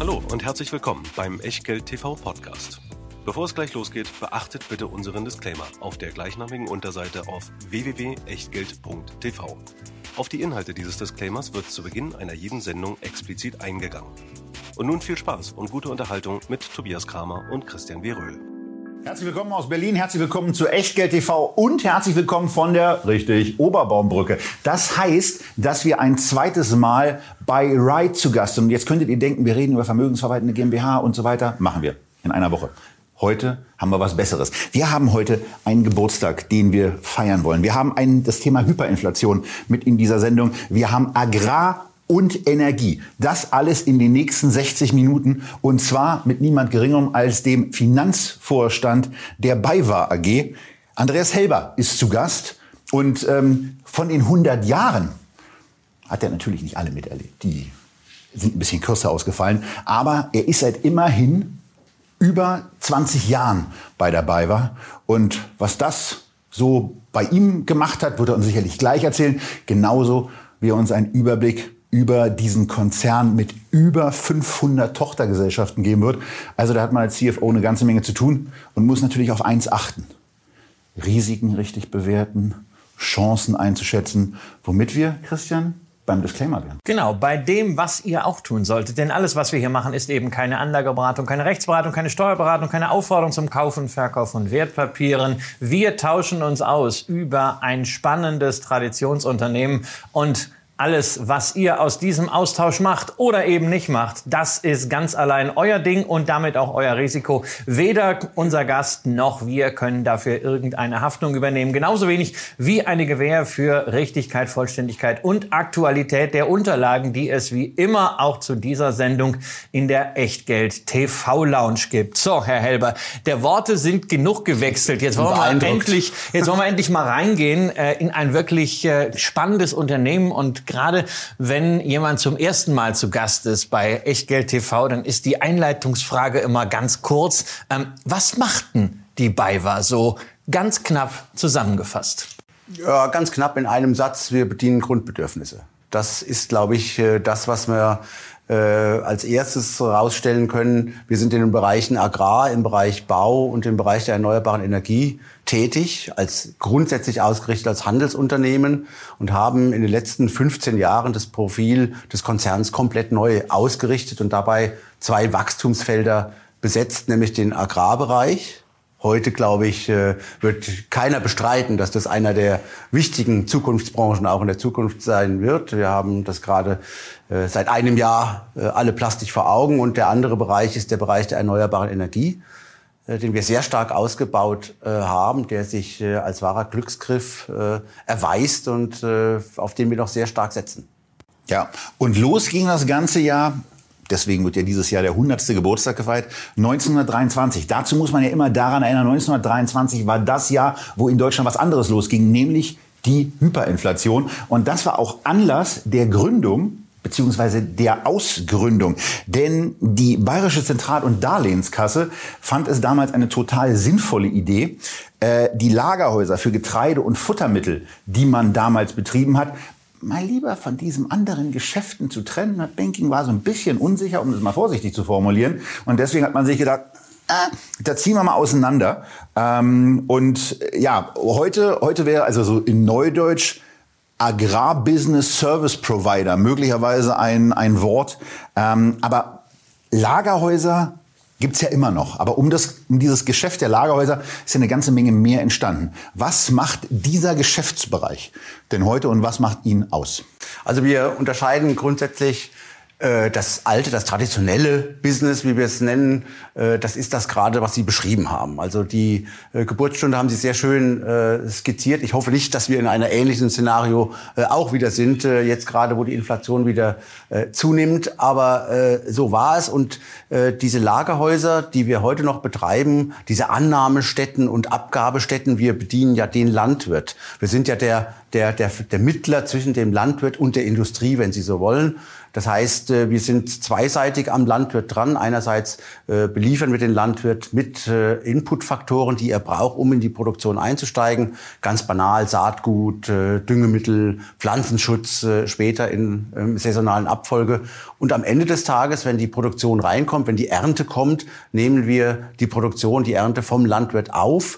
Hallo und herzlich willkommen beim Echtgeld TV Podcast. Bevor es gleich losgeht, beachtet bitte unseren Disclaimer auf der gleichnamigen Unterseite auf www.echtgeld.tv. Auf die Inhalte dieses Disclaimers wird zu Beginn einer jeden Sendung explizit eingegangen. Und nun viel Spaß und gute Unterhaltung mit Tobias Kramer und Christian W. Röhl. Herzlich willkommen aus Berlin, herzlich willkommen zu Echtgeld TV und herzlich willkommen von der, Oberbaumbrücke. Das heißt, dass wir ein zweites Mal bei Ride zu Gast sind. Und jetzt könntet ihr denken, wir reden über vermögensverwaltende GmbH und so weiter. Machen wir in einer Woche. Heute haben wir was Besseres. Wir haben heute einen Geburtstag, den wir feiern wollen. Wir haben das Thema Hyperinflation mit in dieser Sendung. Wir haben Agrar und Energie. Das alles in den nächsten 60 Minuten und zwar mit niemand Geringerem als dem Finanzvorstand der BayWa AG. Andreas Helber ist zu Gast und von den 100 Jahren hat er natürlich nicht alle miterlebt. Die sind ein bisschen kürzer ausgefallen, aber er ist seit immerhin über 20 Jahren bei der BayWa und was das so bei ihm gemacht hat, wird er uns sicherlich gleich erzählen. Genauso wie er uns einen Überblick über diesen Konzern mit über 500 Tochtergesellschaften geben wird. Also da hat man als CFO eine ganze Menge zu tun und muss natürlich auf eins achten. Risiken richtig bewerten, Chancen einzuschätzen, womit wir, Christian, beim Disclaimer wären. Genau, bei dem, was ihr auch tun solltet. Denn alles, was wir hier machen, ist eben keine Anlageberatung, keine Rechtsberatung, keine Steuerberatung, keine Aufforderung zum Kauf und Verkauf von Wertpapieren. Wir tauschen uns aus über ein spannendes Traditionsunternehmen und alles, was ihr aus diesem Austausch macht oder eben nicht macht, das ist ganz allein euer Ding und damit auch euer Risiko. Weder unser Gast noch wir können dafür irgendeine Haftung übernehmen. Genauso wenig wie eine Gewähr für Richtigkeit, Vollständigkeit und Aktualität der Unterlagen, die es wie immer auch zu dieser Sendung in der Echtgeld TV Lounge gibt. So, Herr Helber, der Worte sind genug gewechselt. Jetzt wollen wir endlich mal reingehen in ein wirklich spannendes Unternehmen. Und gerade wenn jemand zum ersten Mal zu Gast ist bei Echtgeld TV, dann ist die Einleitungsfrage immer ganz kurz. Was macht denn die BayWa so ganz knapp zusammengefasst? Ja, ganz knapp in einem Satz, wir bedienen Grundbedürfnisse. Das ist, glaube ich, das, was wir als erstes herausstellen können. Wir sind in den Bereichen Agrar, im Bereich Bau und im Bereich der erneuerbaren Energie tätig, als grundsätzlich ausgerichtet als Handelsunternehmen und haben in den letzten 15 Jahren das Profil des Konzerns komplett neu ausgerichtet und dabei 2 Wachstumsfelder besetzt, nämlich den Agrarbereich. Heute, glaube ich, wird keiner bestreiten, dass das einer der wichtigen Zukunftsbranchen auch in der Zukunft sein wird. Wir haben das gerade seit einem Jahr alle plastisch vor Augen. Und der andere Bereich ist der Bereich der erneuerbaren Energie, den wir sehr stark ausgebaut haben, der sich als wahrer Glücksgriff erweist und auf den wir noch sehr stark setzen. Ja, und los ging das ganze Jahr. Deswegen wird ja dieses Jahr der 100. Geburtstag gefeiert, 1923. Dazu muss man ja immer daran erinnern, 1923 war das Jahr, wo in Deutschland was anderes losging, nämlich die Hyperinflation. Und das war auch Anlass der Gründung beziehungsweise der Ausgründung. Denn die Bayerische Zentral- und Darlehenskasse fand es damals eine total sinnvolle Idee, die Lagerhäuser für Getreide und Futtermittel, die man damals betrieben hat, mal lieber von diesen anderen Geschäften zu trennen. Das Banking war so ein bisschen unsicher, um das mal vorsichtig zu formulieren. Und deswegen hat man sich gedacht, da ziehen wir mal auseinander. Und ja, heute wäre also so in Neudeutsch Agrarbusiness Service Provider möglicherweise ein Wort. Aber Lagerhäuser gibt's ja immer noch. Aber um dieses Geschäft der Lagerhäuser ist ja eine ganze Menge mehr entstanden. Was macht dieser Geschäftsbereich denn heute und was macht ihn aus? Also wir unterscheiden grundsätzlich das alte, das traditionelle Business, wie wir es nennen, das ist das gerade, was Sie beschrieben haben. Also die Geburtsstunde haben Sie sehr schön skizziert. Ich hoffe nicht, dass wir in einem ähnlichen Szenario auch wieder sind, jetzt gerade, wo die Inflation wieder zunimmt. Aber so war es. Und diese Lagerhäuser, die wir heute noch betreiben, diese Annahmestätten und Abgabestätten, wir bedienen ja den Landwirt. Wir sind ja der Mittler zwischen dem Landwirt und der Industrie, wenn Sie so wollen. Das heißt, wir sind zweiseitig am Landwirt dran. Einerseits beliefern wir den Landwirt mit Inputfaktoren, die er braucht, um in die Produktion einzusteigen. Ganz banal Saatgut, Düngemittel, Pflanzenschutz, später in saisonalen Abfolge. Und am Ende des Tages, wenn die Produktion reinkommt, wenn die Ernte kommt, nehmen wir die Produktion, die Ernte vom Landwirt auf.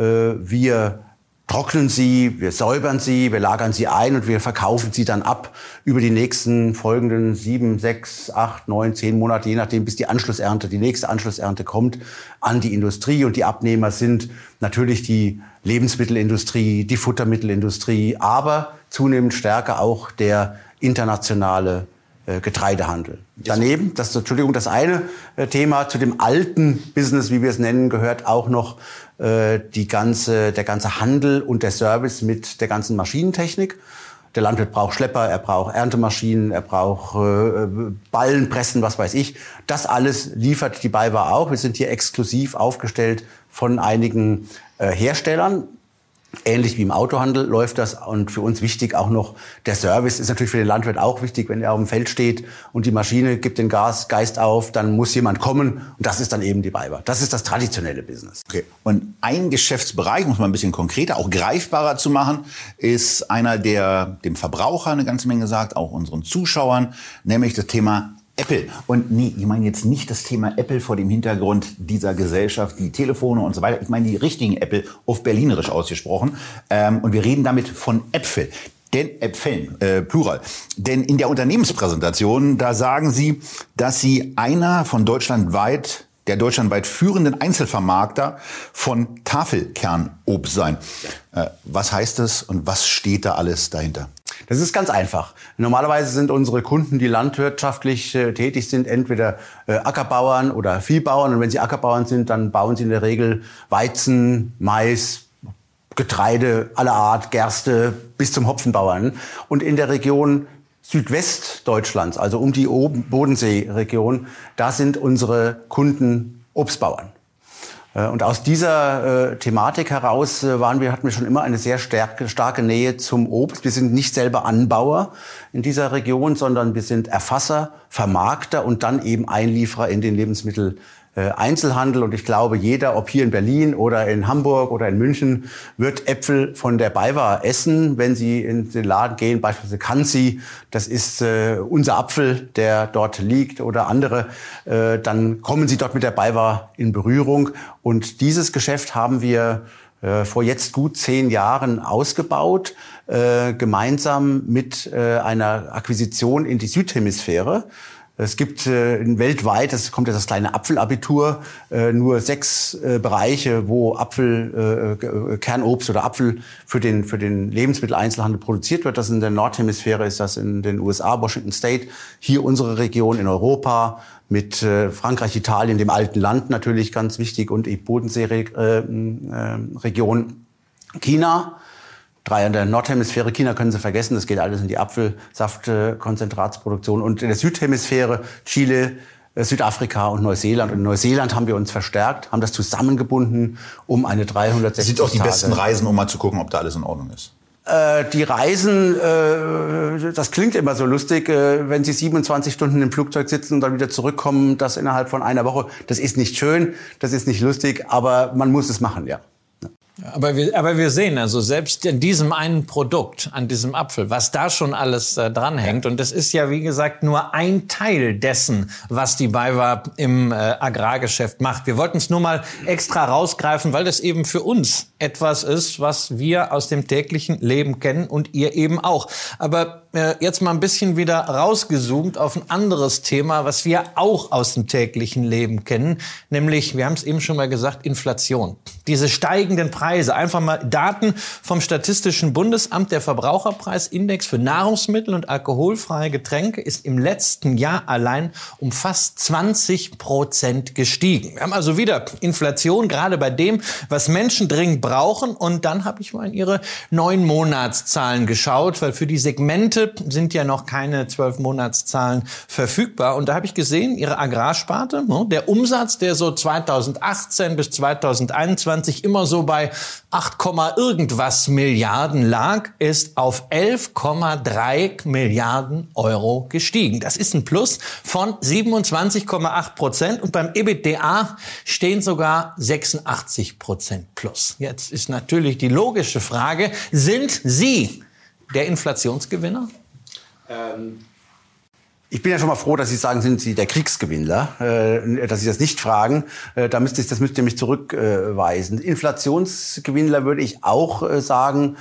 Wir trocknen sie, wir säubern sie, wir lagern sie ein und wir verkaufen sie dann ab über die nächsten folgenden 7, 6, 8, 9, 10 Monate, je nachdem, bis die nächste Anschlussernte kommt, an die Industrie. Und die Abnehmer sind natürlich die Lebensmittelindustrie, die Futtermittelindustrie, aber zunehmend stärker auch der internationale Getreidehandel. Daneben, das eine Thema zu dem alten Business, wie wir es nennen, gehört auch noch der ganze Handel und der Service mit der ganzen Maschinentechnik. Der Landwirt braucht Schlepper, er braucht Erntemaschinen, er braucht Ballen, Pressen, was weiß ich. Das alles liefert die BayWa auch. Wir sind hier exklusiv aufgestellt von einigen Herstellern. Ähnlich wie im Autohandel läuft das, und für uns wichtig auch noch der Service ist natürlich für den Landwirt auch wichtig. Wenn er auf dem Feld steht und die Maschine gibt den Geist auf, dann muss jemand kommen, und das ist dann eben die BayWa. Das ist das traditionelle Business. Okay. Und ein Geschäftsbereich, muss man ein bisschen konkreter, auch greifbarer zu machen, ist einer, der dem Verbraucher eine ganze Menge sagt, auch unseren Zuschauern, nämlich das Thema Apple. Und nee, ich meine jetzt nicht das Thema Apple vor dem Hintergrund dieser Gesellschaft, die Telefone und so weiter. Ich meine die richtigen Apple, auf Berlinerisch ausgesprochen. Und wir reden damit von Äpfel. Äpfeln, Plural. Denn in der Unternehmenspräsentation, da sagen Sie, dass Sie einer von der deutschlandweit führenden Einzelvermarkter von Tafelkernobst sein. Was heißt das und was steht da alles dahinter? Das ist ganz einfach. Normalerweise sind unsere Kunden, die landwirtschaftlich tätig sind, entweder Ackerbauern oder Viehbauern. Und wenn sie Ackerbauern sind, dann bauen sie in der Regel Weizen, Mais, Getreide aller Art, Gerste bis zum Hopfenbauern. Und in der Region Südwestdeutschlands, also um die Bodensee-Region, da sind unsere Kunden Obstbauern. Und aus dieser Thematik heraus hatten wir schon immer eine sehr starke Nähe zum Obst. Wir sind nicht selber Anbauer in dieser Region, sondern wir sind Erfasser, Vermarkter und dann eben Einlieferer in den Lebensmitteleinzelhandel. Und ich glaube, jeder, ob hier in Berlin oder in Hamburg oder in München, wird Äpfel von der BayWa essen, wenn Sie in den Laden gehen, beispielsweise Kanzi, das ist unser Apfel, der dort liegt, oder andere, dann kommen Sie dort mit der BayWa in Berührung. Und dieses Geschäft haben wir vor jetzt gut 10 Jahren ausgebaut, gemeinsam mit einer Akquisition in die Südhemisphäre. Es gibt weltweit, das kommt ja das kleine Apfelabitur, nur 6 Bereiche, wo Kernobst oder Apfel für den Lebensmitteleinzelhandel produziert wird. Das in der Nordhemisphäre ist das in den USA, Washington State. Hier unsere Region in Europa mit Frankreich, Italien, dem alten Land natürlich ganz wichtig, und die Bodensee-Region China. 3 in der Nordhemisphäre, China können Sie vergessen, das geht alles in die Apfelsaftkonzentratsproduktion. Und in der Südhemisphäre Chile, Südafrika und Neuseeland. Und in Neuseeland haben wir uns verstärkt, haben das zusammengebunden, um eine 360 Das sind auch die besten Reisen, um mal zu gucken, ob da alles in Ordnung ist. Die Reisen, das klingt immer so lustig, wenn Sie 27 Stunden im Flugzeug sitzen und dann wieder zurückkommen, das innerhalb von einer Woche. Das ist nicht schön, das ist nicht lustig, aber man muss es machen, ja. Aber wir sehen also selbst in diesem einen Produkt, an diesem Apfel, was da schon alles dranhängt. Und das ist ja, wie gesagt, nur ein Teil dessen, was die BayWa im Agrargeschäft macht. Wir wollten es nur mal extra rausgreifen, weil das eben für uns etwas ist, was wir aus dem täglichen Leben kennen und ihr eben auch. Aber jetzt mal ein bisschen wieder rausgezoomt auf ein anderes Thema, was wir auch aus dem täglichen Leben kennen, nämlich, wir haben es eben schon mal gesagt, Inflation. Diese steigenden Preise, einfach mal Daten vom Statistischen Bundesamt, der Verbraucherpreisindex für Nahrungsmittel und alkoholfreie Getränke ist im letzten Jahr allein um fast 20% gestiegen. Wir haben also wieder Inflation, gerade bei dem, was Menschen dringend brauchen. Und dann habe ich mal in ihre 9-Monatszahlen geschaut, weil für die Segmente sind ja noch keine 12-Monatszahlen verfügbar. Und da habe ich gesehen, ihre Agrarsparte, der Umsatz, der so 2018 bis 2021 immer so bei 8, irgendwas Milliarden lag, ist auf 11,3 Milliarden Euro gestiegen. Das ist ein Plus von 27,8% und beim EBITDA stehen sogar 86% plus. Jetzt ist natürlich die logische Frage, sind Sie der Inflationsgewinner? Ich bin ja schon mal froh, dass Sie sagen, sind Sie der Kriegsgewinnler, dass Sie das nicht fragen. Das müsst ihr mich zurückweisen. Inflationsgewinnler würde ich auch sagen,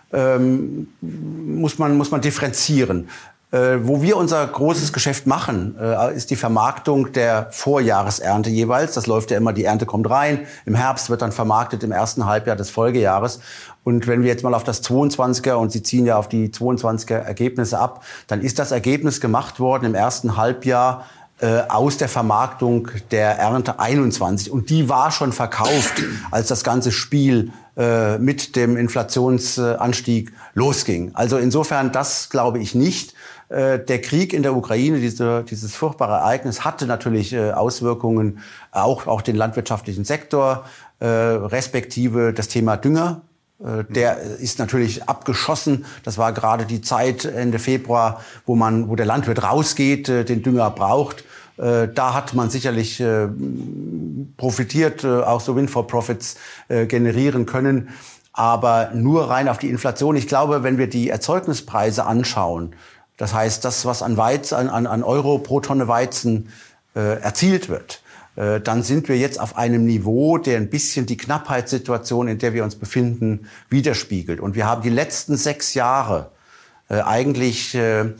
muss man differenzieren. Wo wir unser großes Geschäft machen, ist die Vermarktung der Vorjahresernte jeweils. Das läuft ja immer, die Ernte kommt rein, im Herbst wird dann vermarktet im ersten Halbjahr des Folgejahres. Und wenn wir jetzt mal auf das 22er, und Sie ziehen ja auf die 22er Ergebnisse ab, dann ist das Ergebnis gemacht worden im ersten Halbjahr aus der Vermarktung der Ernte 21. Und die war schon verkauft, als das ganze Spiel mit dem Inflationsanstieg losging. Also insofern, das glaube ich nicht. Der Krieg in der Ukraine, dieses furchtbare Ereignis, hatte natürlich Auswirkungen auch den landwirtschaftlichen Sektor, respektive das Thema Dünger. Der ist natürlich abgeschossen. Das war gerade die Zeit Ende Februar, wo der Landwirt rausgeht, den Dünger braucht. Da hat man sicherlich profitiert, auch so Windfall-Profits generieren können. Aber nur rein auf die Inflation. Ich glaube, wenn wir die Erzeugnispreise anschauen, das heißt, das, was an Euro pro Tonne Weizen erzielt wird, dann sind wir jetzt auf einem Niveau, der ein bisschen die Knappheitssituation, in der wir uns befinden, widerspiegelt. Und wir haben die letzten 6 Jahre eigentlich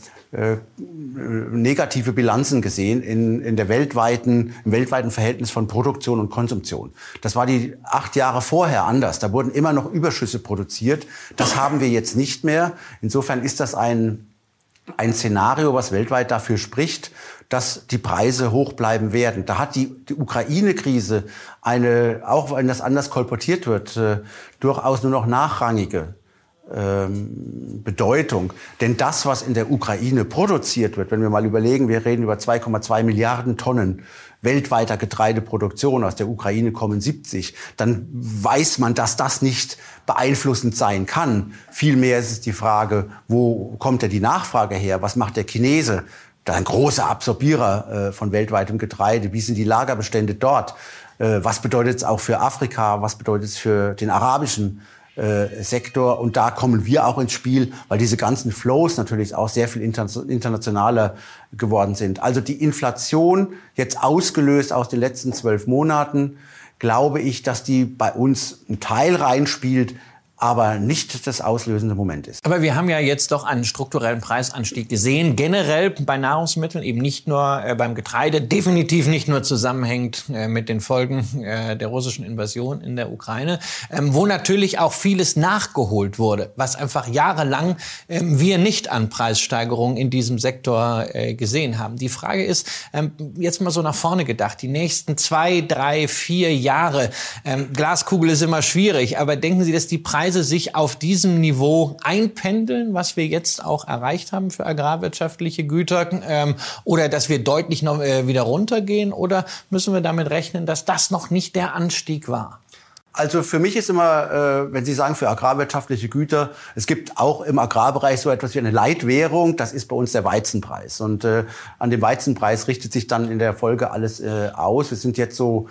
negative Bilanzen gesehen im weltweiten Verhältnis von Produktion und Konsumption. Das war die 8 Jahre vorher anders. Da wurden immer noch Überschüsse produziert. Das haben wir jetzt nicht mehr. Insofern ist das ein Szenario, was weltweit dafür spricht, dass die Preise hoch bleiben werden. Da hat die Ukraine-Krise auch wenn das anders kolportiert wird, durchaus nur noch nachrangige Bedeutung. Denn das, was in der Ukraine produziert wird, wenn wir mal überlegen, wir reden über 2,2 Milliarden Tonnen weltweiter Getreideproduktion, aus der Ukraine kommen 70, dann weiß man, dass das nicht beeinflussend sein kann. Vielmehr ist es die Frage, wo kommt denn die Nachfrage her? Was macht der Chinese? Ein großer Absorbierer von weltweitem Getreide. Wie sind die Lagerbestände dort? Was bedeutet es auch für Afrika? Was bedeutet es für den arabischen Sektor? Und da kommen wir auch ins Spiel, weil diese ganzen Flows natürlich auch sehr viel internationaler geworden sind. Also die Inflation, jetzt ausgelöst aus den letzten 12 Monaten, glaube ich, dass die bei uns einen Teil reinspielt, aber nicht das auslösende Moment ist. Aber wir haben ja jetzt doch einen strukturellen Preisanstieg gesehen, generell bei Nahrungsmitteln, eben nicht nur beim Getreide, definitiv nicht nur zusammenhängt mit den Folgen der russischen Invasion in der Ukraine, wo natürlich auch vieles nachgeholt wurde, was einfach jahrelang wir nicht an Preissteigerungen in diesem Sektor gesehen haben. Die Frage ist, jetzt mal so nach vorne gedacht, die nächsten 2, 3, 4 Jahre, Glaskugel ist immer schwierig, aber denken Sie, dass die Preise sich auf diesem Niveau einpendeln, was wir jetzt auch erreicht haben für agrarwirtschaftliche Güter, oder dass wir deutlich noch wieder runtergehen, oder müssen wir damit rechnen, dass das noch nicht der Anstieg war? Also für mich ist immer, wenn Sie sagen, für agrarwirtschaftliche Güter, es gibt auch im Agrarbereich so etwas wie eine Leitwährung, das ist bei uns der Weizenpreis. Und an dem Weizenpreis richtet sich dann in der Folge alles aus. Wir sind jetzt so,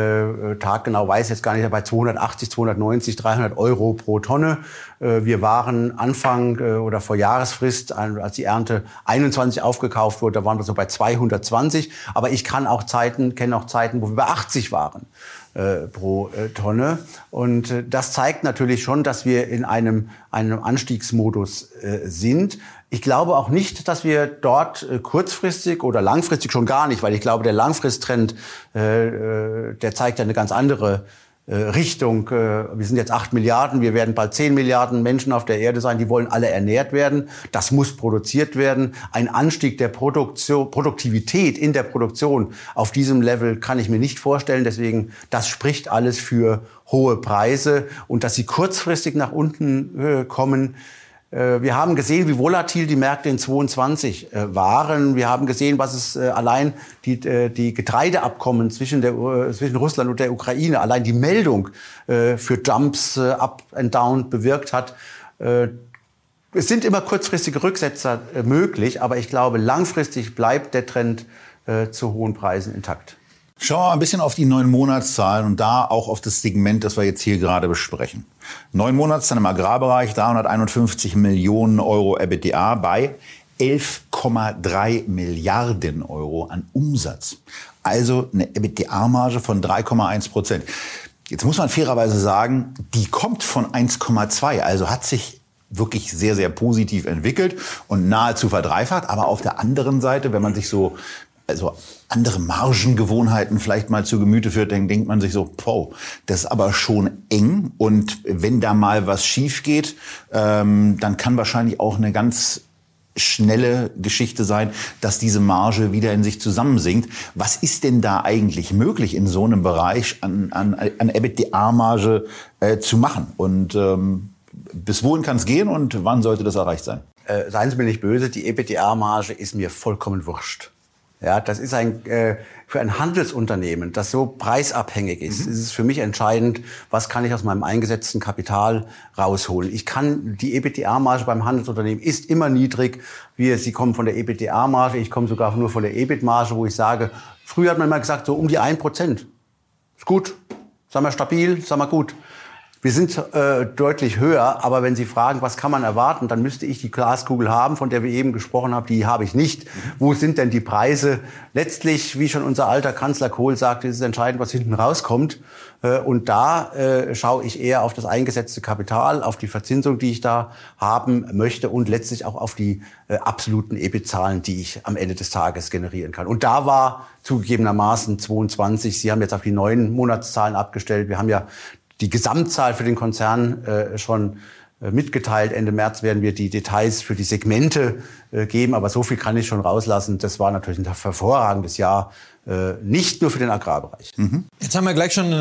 taggenau weiß jetzt gar nicht, bei 280, 290, 300 Euro pro Tonne. Wir waren Anfang oder vor Jahresfrist, als die Ernte 21 aufgekauft wurde, da waren wir so bei 220. Aber ich kenne auch Zeiten, wo wir bei 80 waren. Pro Tonne. Und das zeigt natürlich schon, dass wir in einem Anstiegsmodus sind. Ich glaube auch nicht, dass wir dort kurzfristig oder langfristig schon gar nicht, weil ich glaube, der Langfristtrend, der zeigt ja eine ganz andere Richtung. Wir sind jetzt 8 Milliarden, wir werden bald 10 Milliarden Menschen auf der Erde sein, die wollen alle ernährt werden. Das muss produziert werden. Ein Anstieg der Produktivität in der Produktion auf diesem Level kann ich mir nicht vorstellen. Deswegen, das spricht alles für hohe Preise. Und dass sie kurzfristig nach unten kommen, Wir haben gesehen, wie volatil die Märkte in 22 waren. Wir haben gesehen, was es allein die Getreideabkommen zwischen Russland und der Ukraine, allein die Meldung für Jumps up and down bewirkt hat. Es sind immer kurzfristige Rücksetzer möglich, aber ich glaube, langfristig bleibt der Trend zu hohen Preisen intakt. Schauen wir mal ein bisschen auf die 9-Monatszahlen und da auch auf das Segment, das wir jetzt hier gerade besprechen. 9 Monatszahlen im Agrarbereich, 351 Millionen Euro EBITDA bei 11,3 Milliarden Euro an Umsatz. Also eine EBITDA-Marge von 3,1%. Jetzt muss man fairerweise sagen, die kommt von 1,2, also hat sich wirklich sehr, sehr positiv entwickelt und nahezu verdreifacht. Aber auf der anderen Seite, wenn man sich so andere Margengewohnheiten vielleicht mal zu Gemüte führt, dann denkt man sich so, wow, das ist aber schon eng. Und wenn da mal was schief geht, dann kann wahrscheinlich auch eine ganz schnelle Geschichte sein, dass diese Marge wieder in sich zusammensinkt. Was ist denn da eigentlich möglich in so einem Bereich an EBITDA-Marge zu machen? Und bis wohin kann es gehen und wann sollte das erreicht sein? Seien Sie mir nicht böse, die EBITDA-Marge ist mir vollkommen wurscht. Ja, das ist für ein Handelsunternehmen, das so preisabhängig ist, ist es für mich entscheidend, was kann ich aus meinem eingesetzten Kapital rausholen. Die EBITDA-Marge beim Handelsunternehmen ist immer niedrig. Sie kommen von der EBITDA-Marge, ich komme sogar nur von der EBIT-Marge, wo ich sage, früher hat man mal gesagt, so um die 1%. Ist gut, sagen wir stabil, sagen wir gut. Wir sind deutlich höher, aber wenn Sie fragen, was kann man erwarten, dann müsste ich die Glaskugel haben, von der wir eben gesprochen haben. Die habe ich nicht. Wo sind denn die Preise? Letztlich, wie schon unser alter Kanzler Kohl sagte, ist es entscheidend, was hinten rauskommt. Und da schaue ich eher auf das eingesetzte Kapital, auf die Verzinsung, die ich da haben möchte und letztlich auch auf die absoluten EBIT-Zahlen, die ich am Ende des Tages generieren kann. Und da war zugegebenermaßen 22, Sie haben jetzt auf die 9 Monatszahlen abgestellt. Wir haben ja die Gesamtzahl für den Konzern schon mitgeteilt. Ende März werden wir die Details für die Segmente geben. Aber so viel kann ich schon rauslassen. Das war natürlich ein hervorragendes Jahr, nicht nur für den Agrarbereich. Jetzt haben wir gleich schon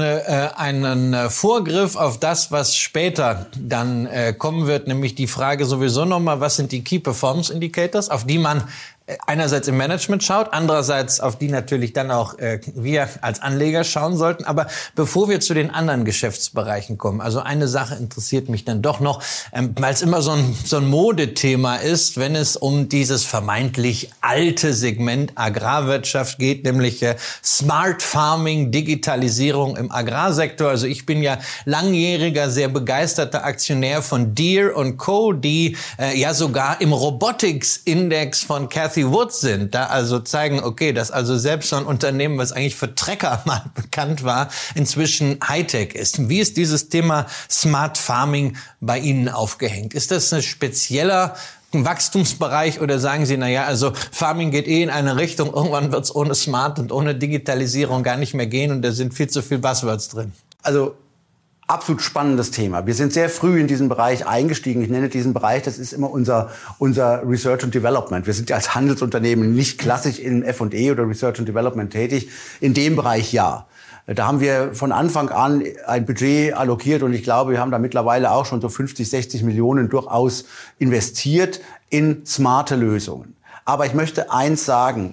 einen Vorgriff auf das, was später dann kommen wird, nämlich die Frage sowieso nochmal, was sind die Key Performance Indicators, auf die man einerseits im Management schaut, andererseits auf die natürlich dann auch wir als Anleger schauen sollten. Aber bevor wir zu den anderen Geschäftsbereichen kommen, also eine Sache interessiert mich dann doch noch, weil es immer so ein Modethema ist, wenn es um dieses vermeintlich alte Segment Agrarwirtschaft geht, nämlich Smart Farming, Digitalisierung im Agrarsektor. Also ich bin ja langjähriger, sehr begeisterter Aktionär von Deere & Co., die ja sogar im Robotics-Index von Cathy Woods sind, da also zeigen, okay, dass also selbst so ein Unternehmen, was eigentlich für Trecker mal bekannt war, inzwischen Hightech ist. Wie ist dieses Thema Smart Farming bei Ihnen aufgehängt? Ist das ein spezieller Wachstumsbereich oder sagen Sie, naja, also Farming geht in eine Richtung, irgendwann wird es ohne Smart und ohne Digitalisierung gar nicht mehr gehen und da sind viel zu viel Buzzwords drin? Also absolut spannendes Thema. Wir sind sehr früh in diesen Bereich eingestiegen. Ich nenne diesen Bereich, das ist immer unser Research and Development. Wir sind ja als Handelsunternehmen nicht klassisch in F&E oder Research and Development tätig. In dem Bereich ja. Da haben wir von Anfang an ein Budget allokiert und ich glaube, wir haben da mittlerweile auch schon so 50, 60 Millionen durchaus investiert in smarte Lösungen. Aber ich möchte eins sagen,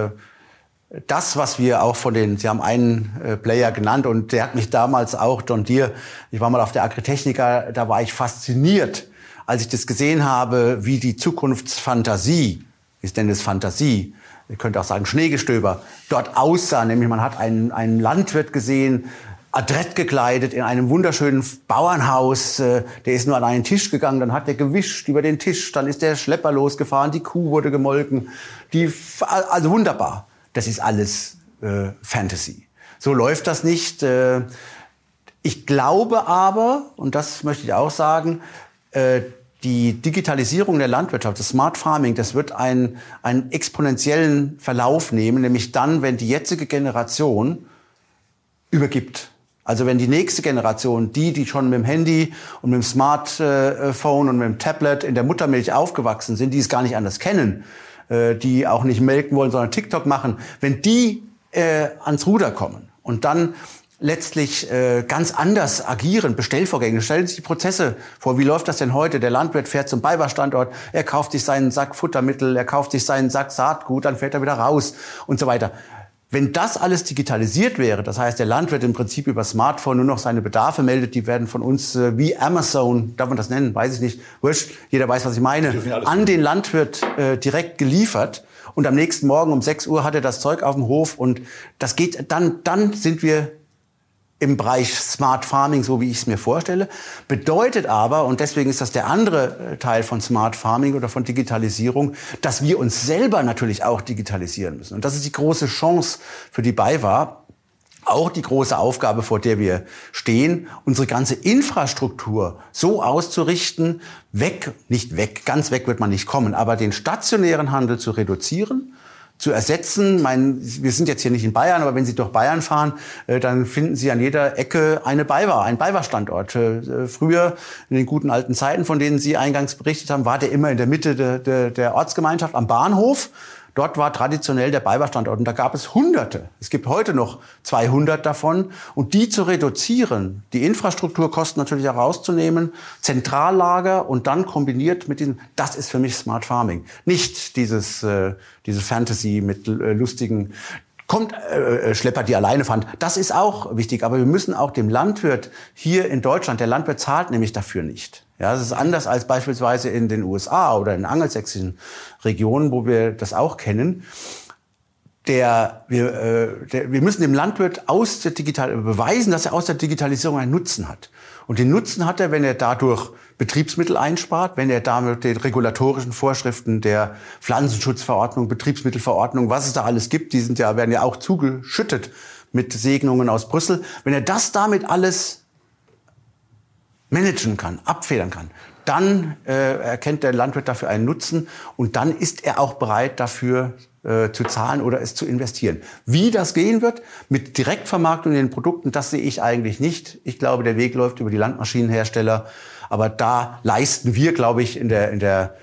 das, was wir auch Sie haben einen Player genannt und der hat mich damals auch, John Deere, ich war mal auf der Agritechnica, da war ich fasziniert, als ich das gesehen habe, wie die Zukunftsfantasie, ich nenne es Fantasie, ihr könnt auch sagen Schneegestöber, dort aussah. Nämlich man hat einen Landwirt gesehen, adrett gekleidet in einem wunderschönen Bauernhaus. Der ist nur an einen Tisch gegangen, dann hat er gewischt über den Tisch, dann ist der Schlepper losgefahren, die Kuh wurde gemolken. Also wunderbar. Das ist alles Fantasy. So läuft das nicht. Ich glaube aber, und das möchte ich auch sagen, die Digitalisierung der Landwirtschaft, das Smart Farming, das wird einen exponentiellen Verlauf nehmen, nämlich dann, wenn die jetzige Generation übergibt. Also wenn die nächste Generation, die schon mit dem Handy und mit dem Smartphone und mit dem Tablet in der Muttermilch aufgewachsen sind, die es gar nicht anders kennen, die auch nicht melken wollen, sondern TikTok machen, wenn die ans Ruder kommen und dann letztlich ganz anders agieren, Bestellvorgänge. Stellen Sie sich die Prozesse vor, wie läuft das denn heute? Der Landwirt fährt zum BayWa-Standort, er kauft sich seinen Sack Futtermittel, er kauft sich seinen Sack Saatgut, dann fährt er wieder raus und so weiter. Wenn das alles digitalisiert wäre, das heißt, der Landwirt im Prinzip über Smartphone nur noch seine Bedarfe meldet, die werden von uns wie Amazon, darf man das nennen, weiß ich nicht, wurscht, jeder weiß, was ich meine, an den Landwirt direkt geliefert. Und am nächsten Morgen um 6 Uhr hat er das Zeug auf dem Hof und das geht, dann sind wir im Bereich Smart Farming, so wie ich es mir vorstelle. Bedeutet aber, und deswegen ist das der andere Teil von Smart Farming oder von Digitalisierung, dass wir uns selber natürlich auch digitalisieren müssen. Und das ist die große Chance für die BayWa, auch die große Aufgabe, vor der wir stehen, unsere ganze Infrastruktur so auszurichten, ganz weg wird man nicht kommen, aber den stationären Handel zu reduzieren, zu ersetzen. Wir sind jetzt hier nicht in Bayern, aber wenn Sie durch Bayern fahren, dann finden Sie an jeder Ecke einen BayWa-Standort. Früher, in den guten alten Zeiten, von denen Sie eingangs berichtet haben, war der immer in der Mitte der Ortsgemeinschaft am Bahnhof. Dort war traditionell der BayWa-Standort und da gab es Hunderte. Es gibt heute noch 200 davon. Und die zu reduzieren, die Infrastrukturkosten natürlich auch rauszunehmen, Zentrallager und dann kombiniert mit diesem, das ist für mich Smart Farming. Nicht diese Fantasy mit lustigen Schlepper, die alleine fahren. Das ist auch wichtig. Aber wir müssen auch dem Landwirt hier in Deutschland, der Landwirt zahlt nämlich dafür nicht. Ja, das ist anders als beispielsweise in den USA oder in angelsächsischen Regionen, wo wir das auch kennen. Wir müssen dem Landwirt beweisen, dass er aus der Digitalisierung einen Nutzen hat. Und den Nutzen hat er, wenn er dadurch Betriebsmittel einspart, wenn er damit den regulatorischen Vorschriften der Pflanzenschutzverordnung, Betriebsmittelverordnung, was es da alles gibt, werden ja auch zugeschüttet mit Segnungen aus Brüssel. Wenn er das damit alles managen kann, abfedern kann, dann erkennt der Landwirt dafür einen Nutzen und dann ist er auch bereit dafür zu zahlen oder es zu investieren. Wie das gehen wird mit Direktvermarktung in den Produkten, das sehe ich eigentlich nicht. Ich glaube, der Weg läuft über die Landmaschinenhersteller, aber da leisten wir, glaube ich, in der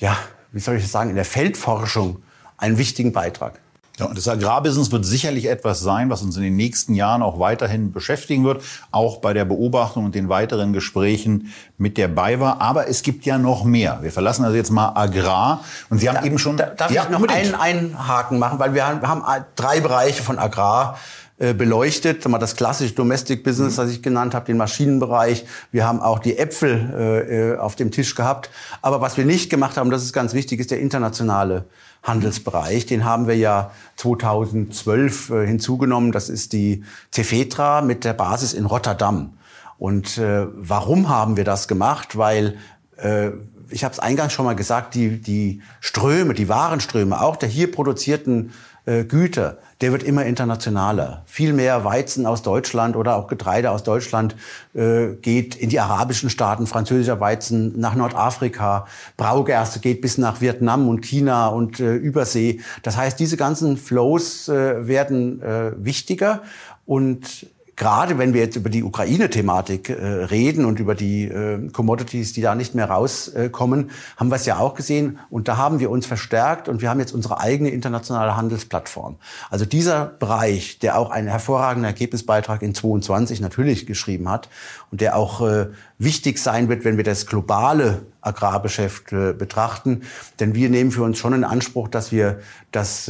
Feldforschung einen wichtigen Beitrag. Ja, und das Agrarbusiness wird sicherlich etwas sein, was uns in den nächsten Jahren auch weiterhin beschäftigen wird, auch bei der Beobachtung und den weiteren Gesprächen mit der BayWa. Aber es gibt ja noch mehr. Wir verlassen also jetzt mal Agrar. Und Sie haben eben schon... Darf ich noch einen Haken machen? Weil wir haben 3 Bereiche von Agrar beleuchtet. Das klassische Domestic Business, das ich genannt habe, den Maschinenbereich. Wir haben auch die Äpfel auf dem Tisch gehabt. Aber was wir nicht gemacht haben, das ist ganz wichtig, ist der internationale Handelsbereich. Den haben wir ja 2012 hinzugenommen. Das ist die Cefetra mit der Basis in Rotterdam. Und warum haben wir das gemacht? Weil, ich habe es eingangs schon mal gesagt, die Warenströme, auch der hier produzierten Güter, der wird immer internationaler. Viel mehr Weizen aus Deutschland oder auch Getreide aus Deutschland geht in die arabischen Staaten, französischer Weizen nach Nordafrika, Braugerste geht bis nach Vietnam und China und Übersee. Das heißt, diese ganzen Flows werden wichtiger und gerade wenn wir jetzt über die Ukraine-Thematik reden und über die Commodities, die da nicht mehr rauskommen, haben wir es ja auch gesehen. Und da haben wir uns verstärkt und wir haben jetzt unsere eigene internationale Handelsplattform. Also dieser Bereich, der auch einen hervorragenden Ergebnisbeitrag in 2022 natürlich geschrieben hat und der auch wichtig sein wird, wenn wir das globale Agrargeschäft betrachten. Denn wir nehmen für uns schon in Anspruch, dass wir das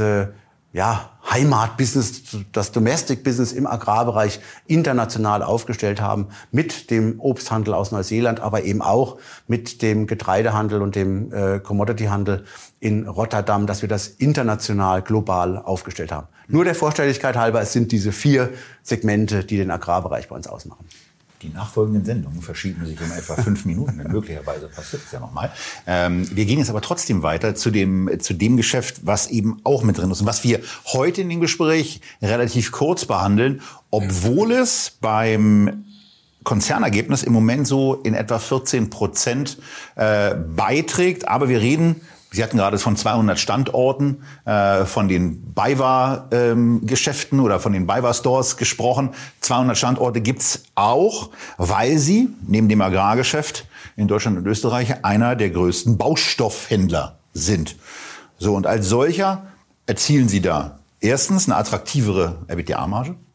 Heimatbusiness, das Domestic Business im Agrarbereich international aufgestellt haben mit dem Obsthandel aus Neuseeland, aber eben auch mit dem Getreidehandel und dem Commodityhandel in Rotterdam, dass wir das international, global aufgestellt haben. Nur der Vollständigkeit halber, es sind diese 4 Segmente, die den Agrarbereich bei uns ausmachen. Die nachfolgenden Sendungen verschieben sich um etwa 5 Minuten, denn möglicherweise passiert es ja nochmal. Wir gehen jetzt aber trotzdem weiter zu dem Geschäft, was eben auch mit drin ist und was wir heute in dem Gespräch relativ kurz behandeln, obwohl es beim Konzernergebnis im Moment so in etwa 14% beiträgt. Aber wir reden, Sie hatten gerade von 200 Standorten, von den BayWa-Geschäften oder von den BayWa-Stores gesprochen. 200 Standorte gibt's auch, weil Sie neben dem Agrargeschäft in Deutschland und Österreich einer der größten Baustoffhändler sind. So, und als solcher erzielen Sie da erstens eine attraktivere EBITDA-Marge.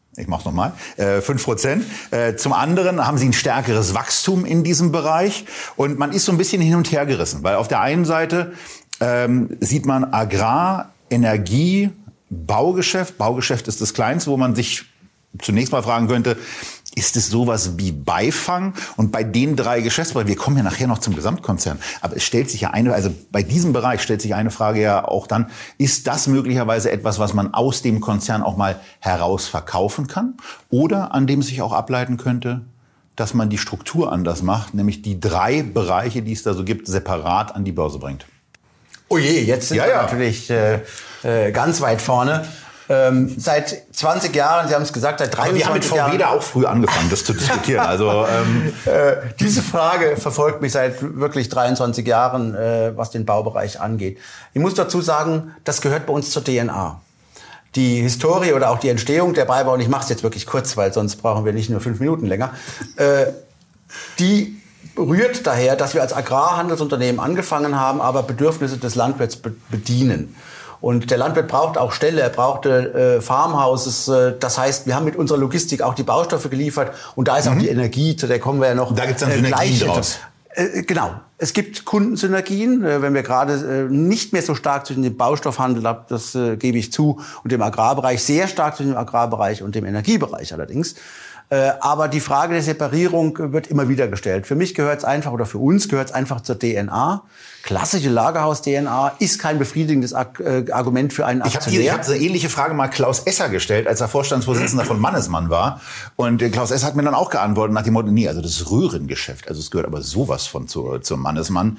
Ich mach's nochmal. 5%. Zum anderen haben sie ein stärkeres Wachstum in diesem Bereich. Und man ist so ein bisschen hin und her gerissen. Weil auf der einen Seite sieht man Agrar, Energie, Baugeschäft. Baugeschäft ist das Kleinste, wo man sich zunächst mal fragen könnte, ist es sowas wie Beifang? Und bei den 3 Geschäftsbereichen, wir kommen ja nachher noch zum Gesamtkonzern, aber es stellt sich ja also bei diesem Bereich stellt sich eine Frage ja auch dann, ist das möglicherweise etwas, was man aus dem Konzern auch mal heraus verkaufen kann? Oder an dem sich auch ableiten könnte, dass man die Struktur anders macht, nämlich die 3 Bereiche, die es da so gibt, separat an die Börse bringt? Oh je, jetzt sind wir natürlich ganz weit vorne. Seit 20 Jahren, Sie haben es gesagt, seit 23 Jahren... Wir haben mit VW da auch früh angefangen, das zu diskutieren. Also diese Frage verfolgt mich seit wirklich 23 Jahren, was den Baubereich angeht. Ich muss dazu sagen, das gehört bei uns zur DNA. Die Historie oder auch die Entstehung der Beibau, und ich mache es jetzt wirklich kurz, weil sonst brauchen wir nicht nur 5 Minuten länger, die rührt daher, dass wir als Agrarhandelsunternehmen angefangen haben, aber Bedürfnisse des Landwirts bedienen. Und der Landwirt braucht auch Ställe, er braucht Farmhouses. Das heißt, wir haben mit unserer Logistik auch die Baustoffe geliefert. Und da ist auch die Energie, zu der kommen wir ja noch. Da gibt es dann Synergien draus. Genau. Es gibt Kundensynergien, wenn wir gerade nicht mehr so stark zwischen dem Baustoffhandel, das gebe ich zu, und dem Agrarbereich, sehr stark zwischen dem Agrarbereich und dem Energiebereich allerdings. Aber die Frage der Separierung wird immer wieder gestellt. Für mich gehört es einfach, oder für uns gehört es einfach zur DNA. Klassische Lagerhaus-DNA ist kein befriedigendes Argument für einen Aktionär. Ich habe so eine ähnliche Frage mal Klaus Esser gestellt, als er Vorstandsvorsitzender von Mannesmann war. Und Klaus Esser hat mir dann auch geantwortet nach dem Motto, nee, also das Röhrengeschäft, also es gehört aber sowas von zur Mannesmann,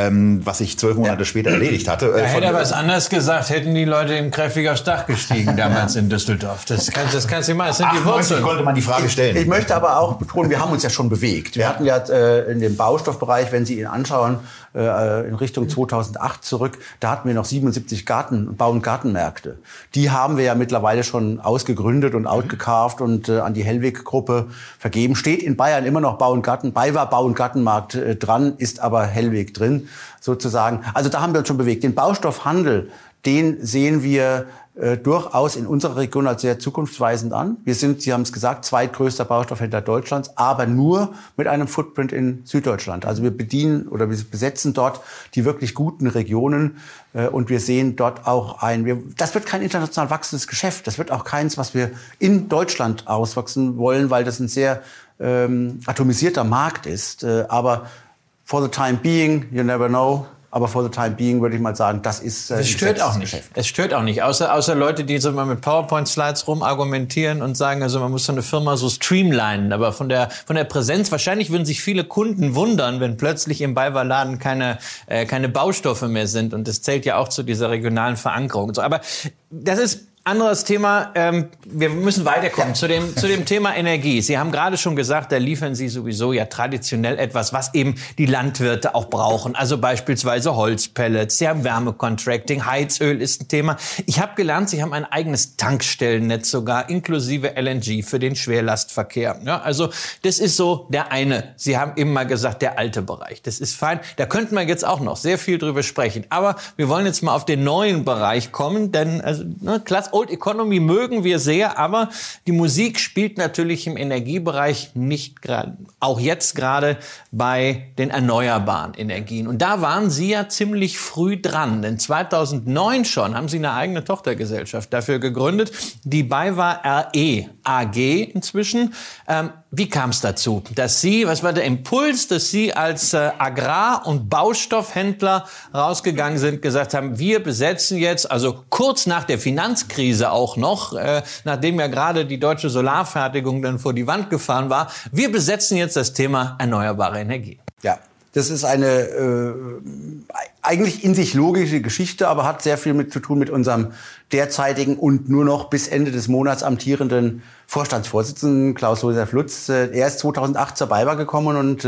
was ich 12 Monate später erledigt hatte. Da hätte er was anders gesagt, hätten die Leute ihm kräftig aufs Dach gestiegen damals in Düsseldorf. Das kannst du mal, das sind die Wurzeln. Konnte man die Frage stellen. Ich möchte aber auch betonen, wir haben uns ja schon bewegt. Wir hatten ja in dem Baustoffbereich, wenn Sie ihn anschauen, in Richtung 2008 zurück, da hatten wir noch 77 Bau- und Gartenmärkte. Die haben wir ja mittlerweile schon ausgegründet und outgecarved und an die Hellweg-Gruppe vergeben. Steht in Bayern immer noch Bau- und Garten, war Bau- und Gartenmarkt dran, ist aber Hellweg drin sozusagen. Also da haben wir uns schon bewegt. Den Baustoffhandel, den sehen wir durchaus in unserer Region als sehr zukunftsweisend an. Wir sind, Sie haben es gesagt, zweitgrößter Baustoffhändler Deutschlands, aber nur mit einem Footprint in Süddeutschland. Also wir bedienen oder wir besetzen dort die wirklich guten Regionen und wir sehen dort auch das wird kein international wachsendes Geschäft. Das wird auch keins, was wir in Deutschland auswachsen wollen, weil das ein sehr atomisierter Markt ist. Aber for the time being, you never know. Aber for the time being würde ich mal sagen, das ist es stört auch nicht. Es stört auch nicht. Außer Leute, die so mal mit PowerPoint-Slides rumargumentieren und sagen, also man muss so eine Firma so streamlinen. Aber von der Präsenz, wahrscheinlich würden sich viele Kunden wundern, wenn plötzlich im BayWa-Laden keine Baustoffe mehr sind. Und das zählt ja auch zu dieser regionalen Verankerung. So, aber das ist anderes Thema. Wir müssen weiterkommen zu dem Thema Energie. Sie haben gerade schon gesagt, da liefern Sie sowieso ja traditionell etwas, was eben die Landwirte auch brauchen. Also beispielsweise Holzpellets. Sie haben Wärmecontracting, Heizöl ist ein Thema. Ich habe gelernt, Sie haben ein eigenes Tankstellennetz sogar, inklusive LNG für den Schwerlastverkehr. Ja, also das ist so der eine. Sie haben eben mal gesagt, der alte Bereich. Das ist fein. Da könnten wir jetzt auch noch sehr viel drüber sprechen. Aber wir wollen jetzt mal auf den neuen Bereich kommen, denn klasse. Old Economy mögen wir sehr, aber die Musik spielt natürlich im Energiebereich nicht gerade, auch jetzt gerade bei den erneuerbaren Energien. Und da waren Sie ja ziemlich früh dran, denn 2009 schon haben Sie eine eigene Tochtergesellschaft dafür gegründet, die BayWa RE AG inzwischen. Wie kam es dazu, dass Sie, was war der Impuls, dass Sie als Agrar- und Baustoffhändler rausgegangen sind, gesagt haben, wir besetzen jetzt, also kurz nach der Finanzkrise auch noch, nachdem ja gerade die deutsche Solarfertigung dann vor die Wand gefahren war, wir besetzen jetzt das Thema erneuerbare Energie. Ja. Das ist eine eigentlich in sich logische Geschichte, aber hat sehr viel zu tun mit unserem derzeitigen und nur noch bis Ende des Monats amtierenden Vorstandsvorsitzenden Klaus-Josef Lutz. Er ist 2008 zur BayWa gekommen und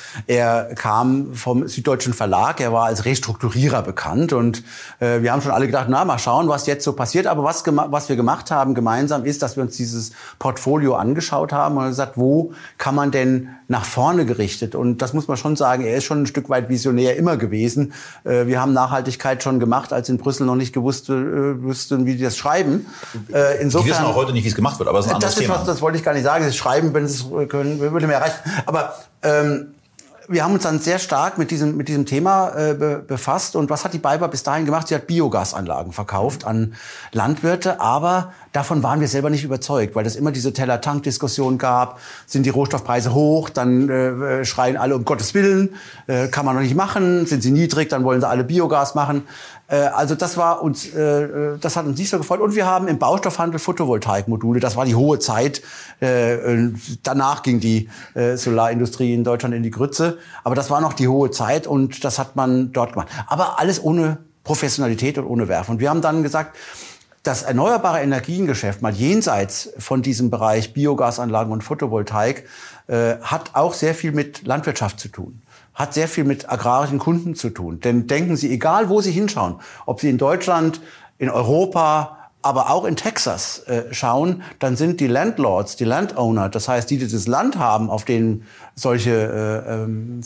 er kam vom Süddeutschen Verlag. Er war als Restrukturierer bekannt und wir haben schon alle gedacht, na, mal schauen, was jetzt so passiert. Aber was wir gemacht haben gemeinsam ist, dass wir uns dieses Portfolio angeschaut haben und gesagt, wo kann man denn nach vorne gerichtet? Und das muss man schon sagen, er ist schon ein Stück weit visionär immer gewesen. Wir haben Nachhaltigkeit schon gemacht, als in Brüssel noch nicht wussten, wie die das schreiben. Insofern, die wissen auch heute nicht, wie es gemacht wird, aber das ist ein anderes Thema. Das wollte ich gar nicht sagen. Das Schreiben, wenn Sie es können, würde mir reichen. Aber wir haben uns dann sehr stark mit diesem Thema befasst. Und was hat die BayWa bis dahin gemacht? Sie hat Biogasanlagen verkauft an Landwirte, aber davon waren wir selber nicht überzeugt, weil es immer diese Teller-Tank-Diskussion gab. Sind die Rohstoffpreise hoch, dann schreien alle um Gottes Willen, kann man doch nicht machen. Sind sie niedrig, dann wollen sie alle Biogas machen. Also das hat uns nicht so gefreut. Und wir haben im Baustoffhandel Photovoltaikmodule. Das war die hohe Zeit. Danach ging die Solarindustrie in Deutschland in die Grütze. Aber das war noch die hohe Zeit und das hat man dort gemacht. Aber alles ohne Professionalität und ohne Werf. Und wir haben dann gesagt, das erneuerbare Energiengeschäft, mal jenseits von diesem Bereich Biogasanlagen und Photovoltaik, hat auch sehr viel mit Landwirtschaft zu tun. Hat sehr viel mit agrarischen Kunden zu tun. Denn denken Sie, egal wo Sie hinschauen, ob Sie in Deutschland, in Europa, aber auch in Texas schauen, dann sind die Landlords, die Landowner, das heißt, die dieses Land haben, auf denen solche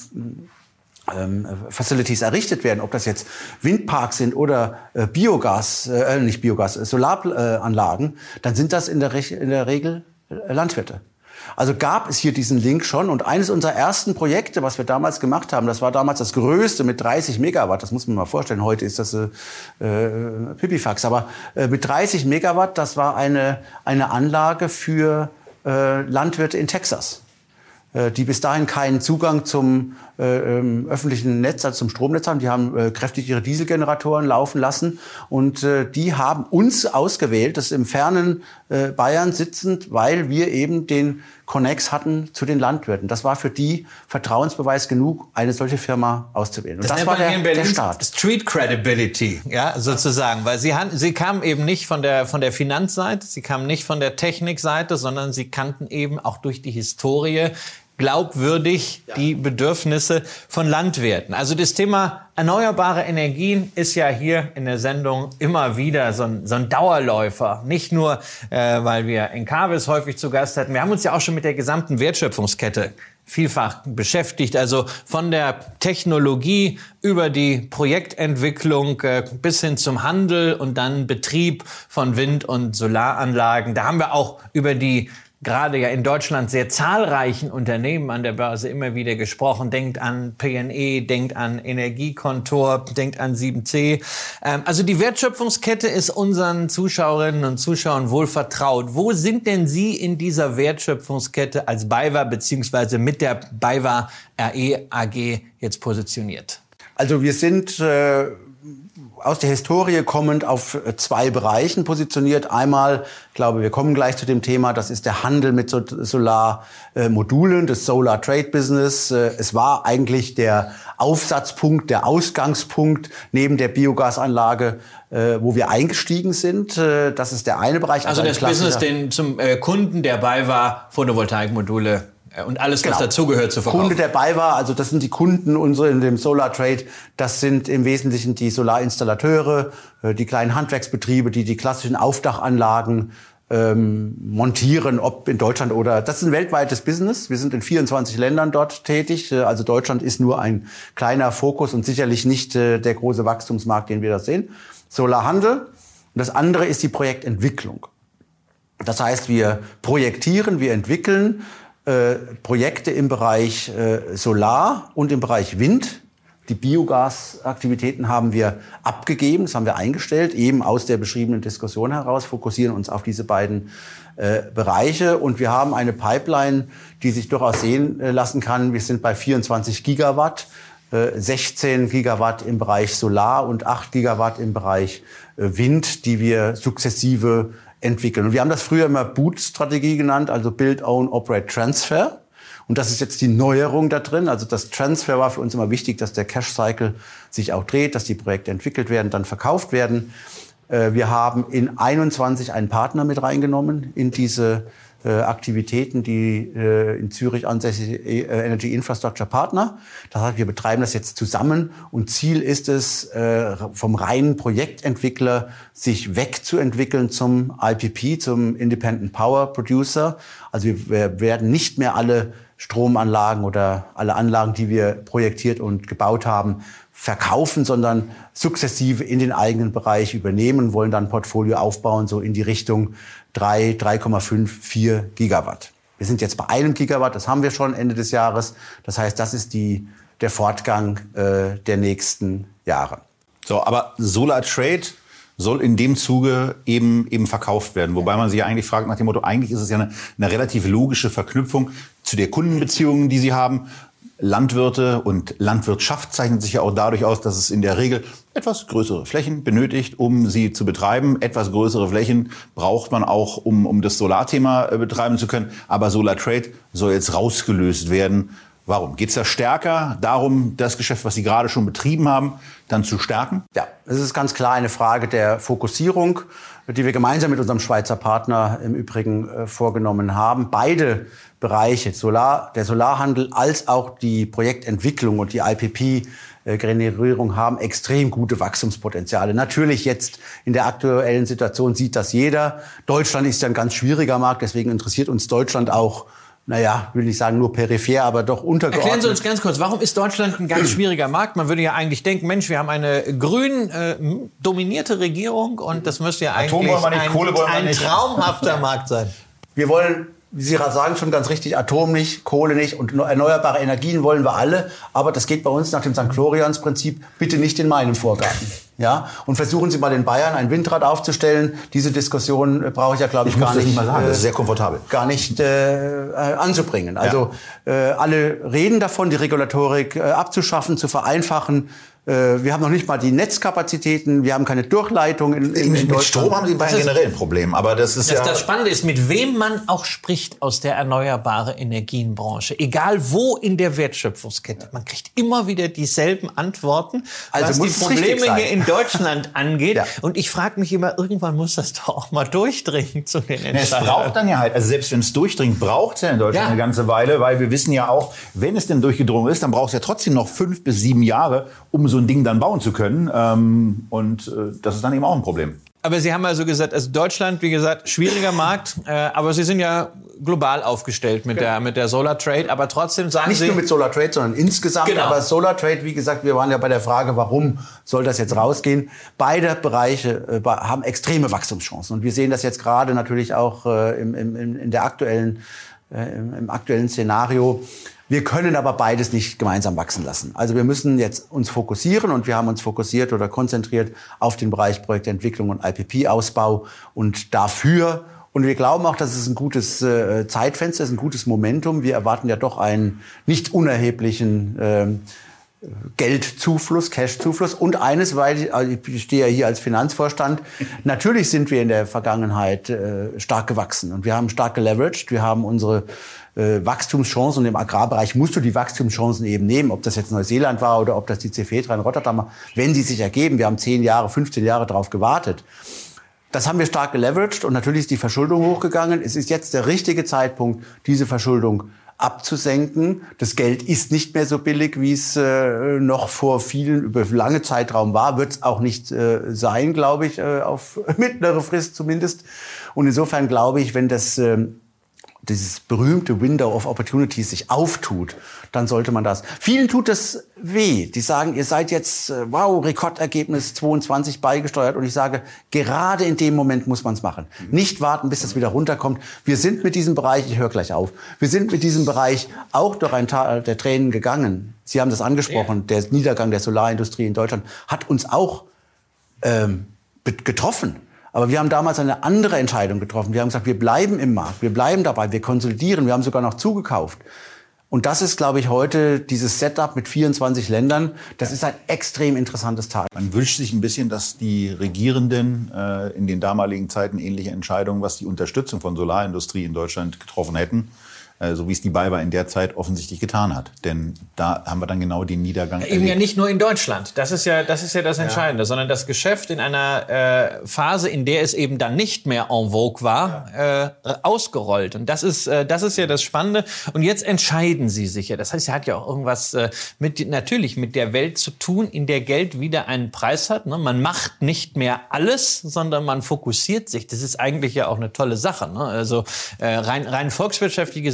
Facilities errichtet werden, ob das jetzt Windparks sind oder Solaranlagen, dann sind das in der Regel Landwirte. Also gab es hier diesen Link schon. Und eines unserer ersten Projekte, was wir damals gemacht haben, das war damals das größte mit 30 Megawatt. Das muss man mal vorstellen. Heute ist das Pipifax. Aber mit 30 Megawatt, das war eine Anlage für Landwirte in Texas, die bis dahin keinen Zugang zum öffentlichen Netz, also zum Stromnetz haben. Die haben kräftig ihre Dieselgeneratoren laufen lassen und die haben uns ausgewählt, das ist im fernen Bayern sitzend, weil wir eben den Connex hatten zu den Landwirten. Das war für die Vertrauensbeweis genug, eine solche Firma auszuwählen. Und das war der Start. Street Credibility, ja, sozusagen, weil sie kamen eben nicht von der Finanzseite, sie kamen nicht von der Technikseite, sondern sie kannten eben auch durch die Historie glaubwürdig die Bedürfnisse von Landwirten. Also das Thema erneuerbare Energien ist ja hier in der Sendung immer wieder so ein Dauerläufer. Nicht nur, weil wir Encavis häufig zu Gast hatten. Wir haben uns ja auch schon mit der gesamten Wertschöpfungskette vielfach beschäftigt. Also von der Technologie über die Projektentwicklung bis hin zum Handel und dann Betrieb von Wind- und Solaranlagen. Da haben wir auch über die gerade ja in Deutschland sehr zahlreichen Unternehmen an der Börse immer wieder gesprochen. Denkt an PNE, denkt an Energiekontor, denkt an 7C. Also die Wertschöpfungskette ist unseren Zuschauerinnen und Zuschauern wohl vertraut. Wo sind denn Sie in dieser Wertschöpfungskette als BayWa beziehungsweise mit der BayWa RE AG jetzt positioniert? Also wir sind aus der Historie kommend auf zwei Bereichen positioniert. Einmal, ich glaube, wir kommen gleich zu dem Thema, das ist der Handel mit Solarmodulen, das Solar Trade Business. Es war eigentlich der Aufsatzpunkt, der Ausgangspunkt neben der Biogasanlage, wo wir eingestiegen sind. Das ist der eine Bereich. Also das Business, den zum Kunden der BayWa Photovoltaikmodule und alles, was dazugehört, zu verkaufen. Kunde der BayWa, also das sind die Kunden unsere in dem Solar Trade. Das sind im Wesentlichen die Solarinstallateure, die kleinen Handwerksbetriebe, die klassischen Aufdachanlagen montieren, ob in Deutschland oder... Das ist ein weltweites Business. Wir sind in 24 Ländern dort tätig. Also Deutschland ist nur ein kleiner Fokus und sicherlich nicht der große Wachstumsmarkt, den wir da sehen. Solarhandel. Und das andere ist die Projektentwicklung. Das heißt, wir projektieren, wir entwickeln Projekte im Bereich Solar und im Bereich Wind. Die Biogasaktivitäten haben wir abgegeben, das haben wir eingestellt, eben aus der beschriebenen Diskussion heraus, fokussieren uns auf diese beiden Bereiche. Und wir haben eine Pipeline, die sich durchaus sehen lassen kann. Wir sind bei 24 Gigawatt, 16 Gigawatt im Bereich Solar und 8 Gigawatt im Bereich Wind, die wir sukzessive entwickeln. Und wir haben das früher immer Boot-Strategie genannt, also Build, Own, Operate, Transfer. Und das ist jetzt die Neuerung da drin. Also das Transfer war für uns immer wichtig, dass der Cash-Cycle sich auch dreht, dass die Projekte entwickelt werden, dann verkauft werden. Wir haben in 21 einen Partner mit reingenommen in diese Aktivitäten, die in Zürich ansässige Energy Infrastructure Partner. Das heißt, wir betreiben das jetzt zusammen und Ziel ist es, vom reinen Projektentwickler sich wegzuentwickeln zum IPP, zum Independent Power Producer. Also wir werden nicht mehr alle Stromanlagen oder alle Anlagen, die wir projektiert und gebaut haben, verkaufen, sondern sukzessive in den eigenen Bereich übernehmen, wollen dann ein Portfolio aufbauen, so in die Richtung 3,5, 4 Gigawatt. Wir sind jetzt bei 1 Gigawatt, das haben wir schon Ende des Jahres. Das heißt, das ist der Fortgang der nächsten Jahre. So, aber SolarTrade soll in dem Zuge eben verkauft werden. Wobei man sich ja eigentlich fragt nach dem Motto, eigentlich ist es ja eine relativ logische Verknüpfung zu der Kundenbeziehungen, die Sie haben. Landwirte und Landwirtschaft zeichnet sich ja auch dadurch aus, dass es in der Regel etwas größere Flächen benötigt, um sie zu betreiben. Etwas größere Flächen braucht man auch, um das Solarthema betreiben zu können. Aber SolarTrade soll jetzt rausgelöst werden. Warum? Geht es da stärker darum, das Geschäft, was Sie gerade schon betrieben haben, dann zu stärken? Ja, es ist ganz klar eine Frage der Fokussierung, die wir gemeinsam mit unserem Schweizer Partner im Übrigen vorgenommen haben. Beide Bereiche, der Solarhandel als auch die Projektentwicklung und die IPP-Generierung haben extrem gute Wachstumspotenziale. Natürlich jetzt in der aktuellen Situation sieht das jeder. Deutschland ist ja ein ganz schwieriger Markt, deswegen interessiert uns Deutschland auch, will ich sagen, nur peripher, aber doch untergeordnet. Erklären Sie uns ganz kurz, warum ist Deutschland ein ganz schwieriger Markt? Man würde ja eigentlich denken, Mensch, wir haben eine grün dominierte Regierung und das müsste ja eigentlich ein traumhafter Markt sein. Wir wollen, wie Sie gerade sagen, schon ganz richtig, Atom nicht, Kohle nicht und erneuerbare Energien wollen wir alle. Aber das geht bei uns nach dem St. Florians-Prinzip bitte nicht in meinem Vorgarten. Ja? Und versuchen Sie mal in Bayern ein Windrad aufzustellen. Diese Diskussion brauche ich ja, glaube ich, gar nicht. Das ist sehr komfortabel. Gar nicht anzubringen. Also alle reden davon, die Regulatorik abzuschaffen, zu vereinfachen. Wir haben noch nicht mal die Netzkapazitäten, wir haben keine Durchleitung in Mit Deutschland. Strom haben Sie in Bayern generell ein Problem, aber das ist Das Spannende ist, mit wem man auch spricht aus der erneuerbaren Energienbranche, egal wo in der Wertschöpfungskette, man kriegt immer wieder dieselben Antworten, was die Probleme hier in Deutschland angeht. Ja. Und ich frage mich immer, irgendwann muss das doch auch mal durchdringen zu den Entscheidern. Es braucht dann ja halt, also selbst wenn es durchdringt, braucht es ja in Deutschland eine ganze Weile, weil wir wissen ja auch, wenn es denn durchgedrungen ist, dann braucht es ja trotzdem noch 5 bis 7 Jahre, um so ein Ding dann bauen zu können. Das ist dann eben auch ein Problem. Aber Sie haben also gesagt, also Deutschland, wie gesagt, schwieriger Markt, aber Sie sind ja global aufgestellt mit der SolarTrade, aber trotzdem sagen Sie... Nicht nur mit SolarTrade, sondern insgesamt. Genau. Aber SolarTrade, wie gesagt, wir waren ja bei der Frage, warum soll das jetzt rausgehen? Beide Bereiche haben extreme Wachstumschancen. Und wir sehen das jetzt gerade natürlich auch im aktuellen Szenario. Wir können aber beides nicht gemeinsam wachsen lassen. Also wir müssen jetzt uns fokussieren und wir haben uns fokussiert oder konzentriert auf den Bereich Projektentwicklung und IPP-Ausbau und dafür. Und wir glauben auch, dass es ein gutes Zeitfenster ist, ein gutes Momentum. Wir erwarten ja doch einen nicht unerheblichen Geldzufluss, Cashzufluss. Und eines, weil ich stehe ja hier als Finanzvorstand, natürlich sind wir in der Vergangenheit stark gewachsen und wir haben stark geleveraged. Wir haben unsere Wachstumschancen und im Agrarbereich musst du die Wachstumschancen eben nehmen, ob das jetzt Neuseeland war oder ob das die Cefetra in Rotterdam war, wenn sie sich ergeben. Wir haben 10 Jahre, 15 Jahre darauf gewartet. Das haben wir stark geleveraged und natürlich ist die Verschuldung hochgegangen. Es ist jetzt der richtige Zeitpunkt, diese Verschuldung abzusenken. Das Geld ist nicht mehr so billig, wie es noch vor vielen, über lange Zeitraum war. Wird es auch nicht sein, glaube ich, auf mittlere Frist zumindest. Und insofern glaube ich, wenn dieses berühmte Window of Opportunities sich auftut, dann sollte man das. Vielen tut es weh. Die sagen, ihr seid jetzt, Rekordergebnis 22 beigesteuert. Und ich sage, gerade in dem Moment muss man es machen. Nicht warten, bis das wieder runterkommt. Wir sind mit diesem Bereich, ich höre gleich auf, wir sind mit diesem Bereich auch durch ein Tal der Tränen gegangen. Sie haben das angesprochen, der Niedergang der Solarindustrie in Deutschland hat uns auch getroffen. Aber wir haben damals eine andere Entscheidung getroffen. Wir haben gesagt, wir bleiben im Markt, wir bleiben dabei, wir konsolidieren, wir haben sogar noch zugekauft. Und das ist, glaube ich, heute dieses Setup mit 24 Ländern, das ist ein extrem interessantes Tag. Man wünscht sich ein bisschen, dass die Regierenden in den damaligen Zeiten ähnliche Entscheidungen, was die Unterstützung von Solarindustrie in Deutschland getroffen hätten. So wie es die BayWa in der Zeit offensichtlich getan hat. Denn da haben wir dann genau den Niedergang erlebt. Eben ja nicht nur in Deutschland. Das ist ja das Entscheidende. Sondern das Geschäft in einer Phase, in der es eben dann nicht mehr en vogue war, ausgerollt. Und das ist ja das Spannende. Und jetzt entscheiden sie sich ja. Das heißt, er hat ja auch irgendwas natürlich mit der Welt zu tun, in der Geld wieder einen Preis hat. Ne? Man macht nicht mehr alles, sondern man fokussiert sich. Das ist eigentlich ja auch eine tolle Sache. Ne? Also rein volkswirtschaftlich gesehen,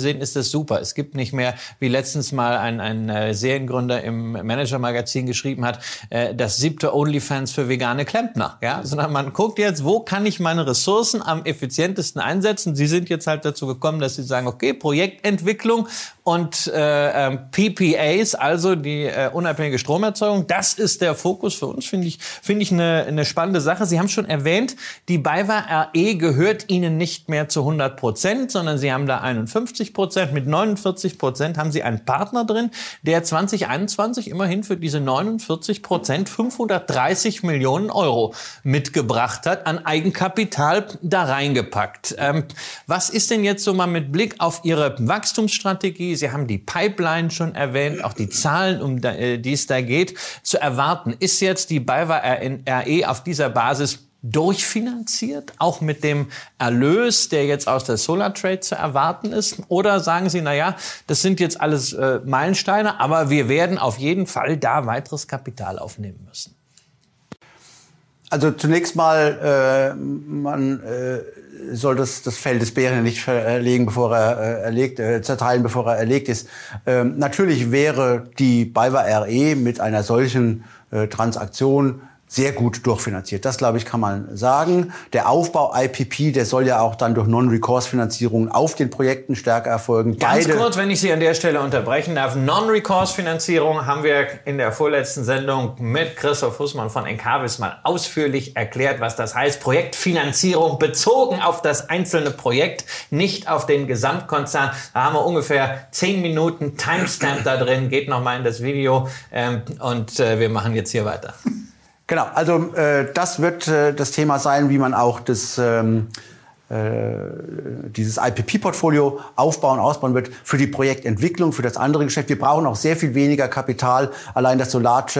gesehen ist das super. Es gibt nicht mehr, wie letztens mal ein Seriengründer im Manager-Magazin geschrieben hat, das 7. OnlyFans für vegane Klempner. Ja? Sondern man guckt jetzt, wo kann ich meine Ressourcen am effizientesten einsetzen. Sie sind jetzt halt dazu gekommen, dass Sie sagen, okay, Projektentwicklung und PPAs, also die unabhängige Stromerzeugung, das ist der Fokus für uns, finde ich eine spannende Sache. Sie haben schon erwähnt, die BayWa RE gehört Ihnen nicht mehr zu 100%, sondern Sie haben da 51%. Mit 49% haben Sie einen Partner drin, der 2021 immerhin für diese 49% 530 Millionen Euro mitgebracht hat, an Eigenkapital da reingepackt. Was ist denn jetzt so mal mit Blick auf Ihre Wachstumsstrategie? Sie haben die Pipeline schon erwähnt, auch die Zahlen, um die es da geht, zu erwarten. Ist jetzt die BayWa RE auf dieser Basis durchfinanziert, auch mit dem Erlös, der jetzt aus der Solartrade zu erwarten ist? Oder sagen Sie, naja, das sind jetzt alles Meilensteine, aber wir werden auf jeden Fall da weiteres Kapital aufnehmen müssen? Also zunächst mal, man soll das Fell des Bären nicht zerteilen, bevor er erlegt ist. Natürlich wäre die BayWa RE mit einer solchen Transaktion sehr gut durchfinanziert. Das, glaube ich, kann man sagen. Der Aufbau IPP, der soll ja auch dann durch Non-Recourse-Finanzierung auf den Projekten stärker erfolgen. Ganz kurz, wenn ich Sie an der Stelle unterbrechen darf. Non-Recourse-Finanzierung haben wir in der vorletzten Sendung mit Christoph Hussmann von Encavis mal ausführlich erklärt, was das heißt. Projektfinanzierung bezogen auf das einzelne Projekt, nicht auf den Gesamtkonzern. Da haben wir ungefähr 10 Minuten Timestamp da drin. Geht nochmal in das Video und wir machen jetzt hier weiter. Genau, also das wird das Thema sein, wie man auch dieses IPP-Portfolio aufbauen, ausbauen wird für die Projektentwicklung, für das andere Geschäft. Wir brauchen auch sehr viel weniger Kapital. Allein das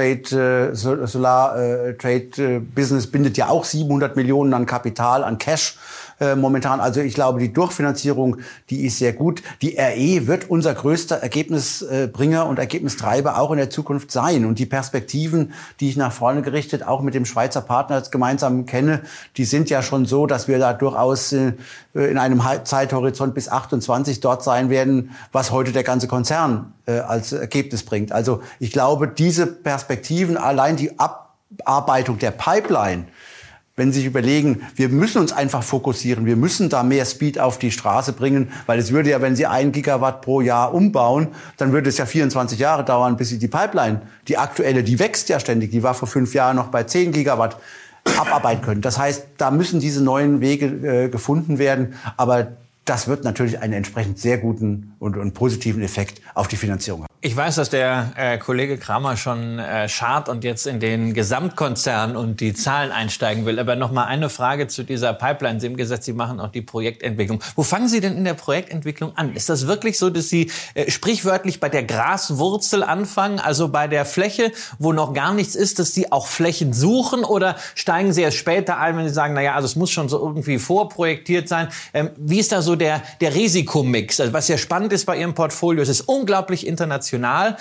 Solar-Trade-Business bindet ja auch 700 Millionen an Kapital, an Cash. Momentan. Also ich glaube, die Durchfinanzierung, die ist sehr gut. Die RE wird unser größter Ergebnisbringer und Ergebnistreiber auch in der Zukunft sein. Und die Perspektiven, die ich nach vorne gerichtet auch mit dem Schweizer Partner gemeinsam kenne, die sind ja schon so, dass wir da durchaus in einem Zeithorizont bis 28 dort sein werden, was heute der ganze Konzern als Ergebnis bringt. Also ich glaube, diese Perspektiven, allein die Abarbeitung der Pipeline, wenn Sie sich überlegen, wir müssen uns einfach fokussieren, wir müssen da mehr Speed auf die Straße bringen, weil es würde ja, wenn Sie 1 Gigawatt pro Jahr umbauen, dann würde es ja 24 Jahre dauern, bis Sie die Pipeline, die aktuelle, die wächst ja ständig, die war vor 5 Jahren noch bei 10 Gigawatt, abarbeiten können. Das heißt, da müssen diese neuen Wege gefunden werden, aber das wird natürlich einen entsprechend sehr guten und positiven Effekt auf die Finanzierung haben. Ich weiß, dass der Kollege Kramer schon schart und jetzt in den Gesamtkonzern und die Zahlen einsteigen will. Aber noch mal eine Frage zu dieser Pipeline. Sie haben gesagt, Sie machen auch die Projektentwicklung. Wo fangen Sie denn in der Projektentwicklung an? Ist das wirklich so, dass Sie sprichwörtlich bei der Graswurzel anfangen, also bei der Fläche, wo noch gar nichts ist, dass Sie auch Flächen suchen? Oder steigen Sie erst später ein, wenn Sie sagen, naja, also es muss schon so irgendwie vorprojektiert sein? Wie ist da so der Risikomix? Also was ja spannend ist bei Ihrem Portfolio, es ist unglaublich international,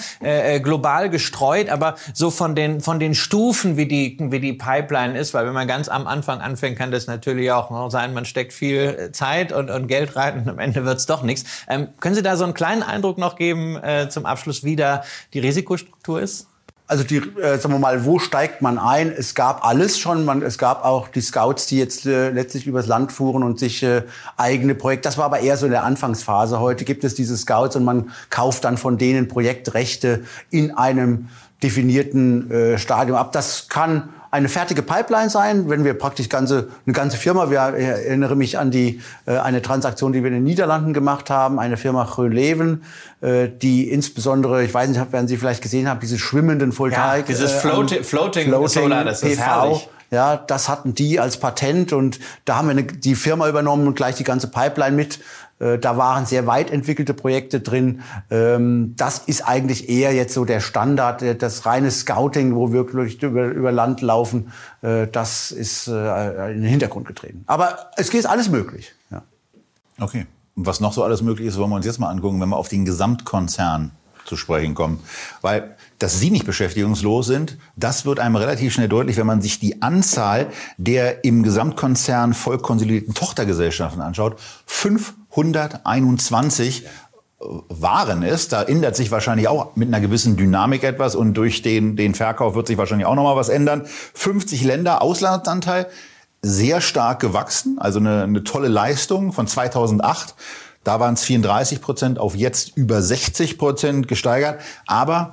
global gestreut, aber so von den Stufen, wie die Pipeline ist, weil wenn man ganz am Anfang anfängt, kann das natürlich auch sein, man steckt viel Zeit und Geld rein und am Ende wird's doch nichts. Können Sie da so einen kleinen Eindruck noch geben zum Abschluss, wie da die Risikostruktur ist? Also sagen wir mal, wo steigt man ein? Es gab alles schon. Es gab auch die Scouts, die jetzt letztlich übers Land fuhren und sich eigene Projekte. Das war aber eher so in der Anfangsphase. Heute gibt es diese Scouts und man kauft dann von denen Projektrechte in einem definierten Stadium ab. Das kann eine fertige Pipeline sein, wenn wir praktisch eine ganze Firma, ich erinnere mich an eine Transaktion, die wir in den Niederlanden gemacht haben, eine Firma Grönleven, die insbesondere, ich weiß nicht, werden Sie vielleicht gesehen haben, diese schwimmenden Photovoltaik, dieses Floating Solar, das ist herrlich. Ja, das hatten die als Patent und da haben wir die Firma übernommen und gleich die ganze Pipeline mit. Da waren sehr weit entwickelte Projekte drin. Das ist eigentlich eher jetzt so der Standard, das reine Scouting, wo wir wirklich über Land laufen. Das ist in den Hintergrund getreten. Aber es ist alles möglich. Ja. Okay. Und was noch so alles möglich ist, wollen wir uns jetzt mal angucken, wenn wir auf den Gesamtkonzern zu sprechen kommen. Weil, dass Sie nicht beschäftigungslos sind, das wird einem relativ schnell deutlich, wenn man sich die Anzahl der im Gesamtkonzern voll konsolidierten Tochtergesellschaften anschaut. 521. Waren ist. Da ändert sich wahrscheinlich auch mit einer gewissen Dynamik etwas und durch den Verkauf wird sich wahrscheinlich auch nochmal was ändern. 50 Länder, Auslandsanteil, sehr stark gewachsen, also eine tolle Leistung von 2008. Da waren es 34% auf jetzt über 60% gesteigert. Aber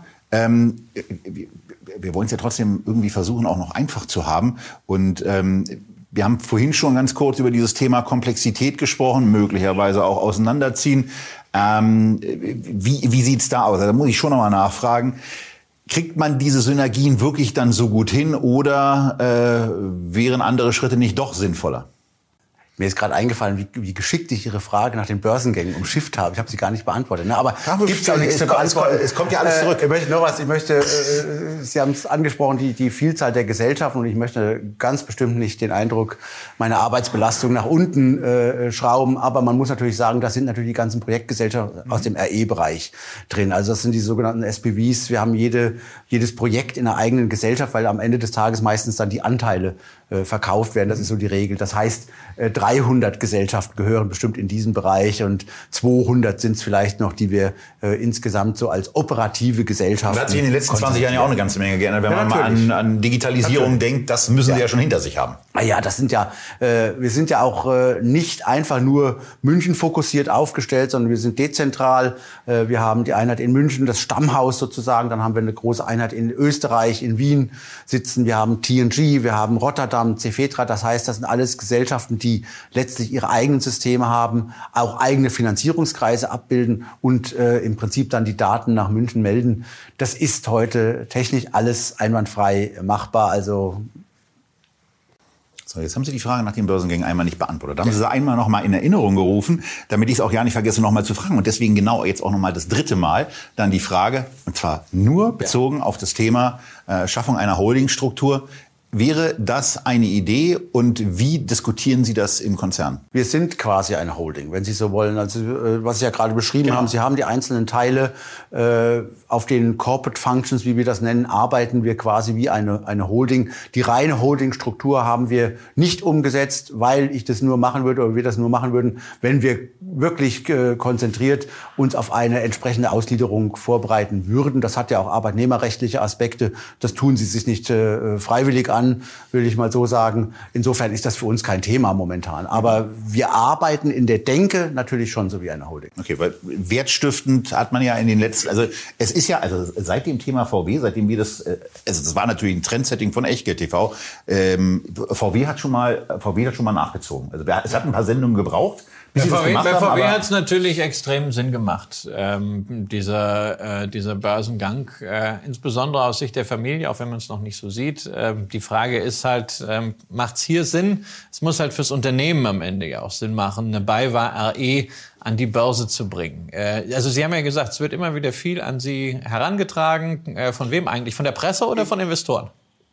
wir wollen es ja trotzdem irgendwie versuchen, auch noch einfach zu haben. Und wir haben vorhin schon ganz kurz über dieses Thema Komplexität gesprochen, möglicherweise auch auseinanderziehen. Wie sieht's da aus? Da muss ich schon nochmal nachfragen. Kriegt man diese Synergien wirklich dann so gut hin oder wären andere Schritte nicht doch sinnvoller? Mir ist gerade eingefallen, wie geschickt ich Ihre Frage nach den Börsengängen umschifft habe. Ich habe sie gar nicht beantwortet. Ne? Aber gibt's auch nichts zu beantworten. Es kommt ja alles zurück. Ich möchte noch was. Sie haben es angesprochen, die Vielzahl der Gesellschaften. Und ich möchte ganz bestimmt nicht den Eindruck meiner Arbeitsbelastung nach unten schrauben. Aber man muss natürlich sagen, das sind natürlich die ganzen Projektgesellschaften aus dem RE-Bereich drin. Also das sind die sogenannten SPVs. Wir haben jedes Projekt in einer eigenen Gesellschaft, weil am Ende des Tages meistens dann die Anteile verkauft werden. Das ist so die Regel. Das heißt, 300 Gesellschaften gehören bestimmt in diesen Bereich und 200 sind es vielleicht noch, die wir insgesamt so als operative Gesellschaften. Da hat sich in den letzten 20 Jahren ja auch eine ganze Menge geändert. Wenn man mal an Digitalisierung denkt, das müssen Sie ja schon hinter sich haben. Ja, das sind ja, wir sind ja auch nicht einfach nur München fokussiert aufgestellt, sondern wir sind dezentral. Wir haben die Einheit in München, das Stammhaus sozusagen. Dann haben wir eine große Einheit in Österreich, in Wien sitzen. Wir haben TNG, wir haben Rotterdam, Cefetra. Das heißt, das sind alles Gesellschaften, die letztlich ihre eigenen Systeme haben, auch eigene Finanzierungskreise abbilden und im Prinzip dann die Daten nach München melden. Das ist heute technisch alles einwandfrei machbar. Also so, jetzt haben Sie die Frage nach den Börsengängen einmal nicht beantwortet. Da haben Sie sie einmal noch mal in Erinnerung gerufen, damit ich es auch ja nicht vergesse, noch mal zu fragen. Und deswegen genau jetzt auch noch mal das dritte Mal dann die Frage, und zwar nur bezogen auf das Thema Schaffung einer Holdingstruktur. Wäre das eine Idee und wie diskutieren Sie das im Konzern? Wir sind quasi eine Holding, wenn Sie so wollen. Also was Sie ja gerade beschrieben haben, Sie haben die einzelnen Teile, auf den Corporate Functions, wie wir das nennen, arbeiten wir quasi wie eine Holding. Die reine Holdingstruktur haben wir nicht umgesetzt, weil ich das nur machen würde oder wir das nur machen würden, wenn wir wirklich konzentriert uns auf eine entsprechende Ausgliederung vorbereiten würden. Das hat ja auch arbeitnehmerrechtliche Aspekte. Das tun Sie sich nicht freiwillig an, will ich mal so sagen. Insofern ist das für uns kein Thema momentan. Aber wir arbeiten in der Denke natürlich schon so wie eine Holding. Okay, weil wertstiftend hat man ja in den letzten, also es ist ja, also seit dem Thema VW, seitdem wir das, also das war natürlich ein Trendsetting von Echtgeld TV, VW hat schon mal nachgezogen. Also es hat ein paar Sendungen gebraucht. Bei VW hat es natürlich extrem Sinn gemacht, dieser Börsengang, insbesondere aus Sicht der Familie, auch wenn man es noch nicht so sieht. Die Frage ist halt, macht es hier Sinn? Es muss halt fürs Unternehmen am Ende ja auch Sinn machen, eine BayWa RE an die Börse zu bringen. Also Sie haben ja gesagt, es wird immer wieder viel an Sie herangetragen. Von wem eigentlich? Von der Presse oder von Investoren?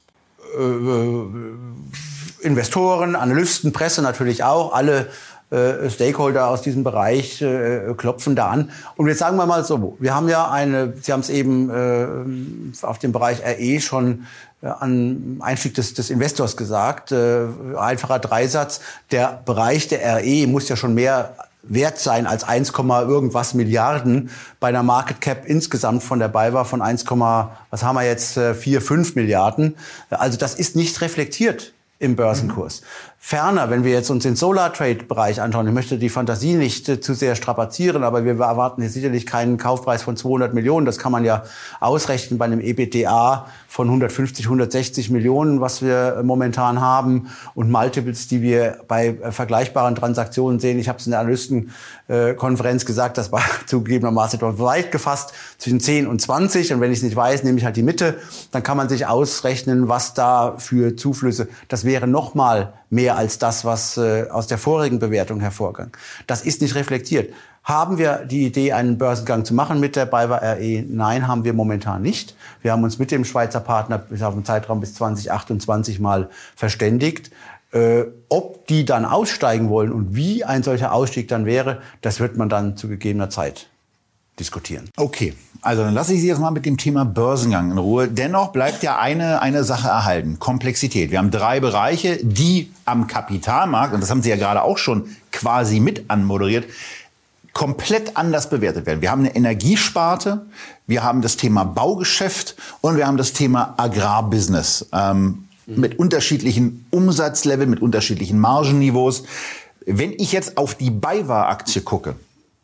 Investoren, Analysten, Presse natürlich auch, alle Stakeholder aus diesem Bereich klopfen da an. Und jetzt sagen wir mal so, wir haben ja Sie haben es eben auf dem Bereich RE schon an Einstieg des Investors gesagt, einfacher Dreisatz, der Bereich der RE muss ja schon mehr wert sein als 1, irgendwas Milliarden bei einer Market Cap insgesamt von der BayWa von 1, was haben wir jetzt, 4, 5 Milliarden. Also das ist nicht reflektiert im Börsenkurs. Ferner, wenn wir jetzt uns den Solar-Trade-Bereich anschauen, ich möchte die Fantasie nicht zu sehr strapazieren, aber wir erwarten hier sicherlich keinen Kaufpreis von 200 Millionen. Das kann man ja ausrechnen bei einem EBITDA von 150, 160 Millionen, was wir momentan haben, und Multiples, die wir bei vergleichbaren Transaktionen sehen. Ich habe es in der Analystenkonferenz gesagt, das war zugegebenermaßen etwas weit gefasst, zwischen 10 und 20. Und wenn ich es nicht weiß, nehme ich halt die Mitte. Dann kann man sich ausrechnen, was da für Zuflüsse, das wäre nochmal mehr als das, was aus der vorigen Bewertung hervorging. Das ist nicht reflektiert. Haben wir die Idee, einen Börsengang zu machen mit der BayWa RE? Nein, haben wir momentan nicht. Wir haben uns mit dem Schweizer Partner bis auf den Zeitraum bis 2028 mal verständigt. Ob die dann aussteigen wollen und wie ein solcher Ausstieg dann wäre, das wird man dann zu gegebener Zeit diskutieren. Okay, also dann lasse ich Sie jetzt mal mit dem Thema Börsengang in Ruhe. Dennoch bleibt ja eine Sache erhalten, Komplexität. Wir haben 3 Bereiche, die am Kapitalmarkt, und das haben Sie ja gerade auch schon quasi mit anmoderiert, komplett anders bewertet werden. Wir haben eine Energiesparte, wir haben das Thema Baugeschäft und wir haben das Thema Agrarbusiness mit unterschiedlichen Umsatzleveln, mit unterschiedlichen Margenniveaus. Wenn ich jetzt auf die BayWa-Aktie gucke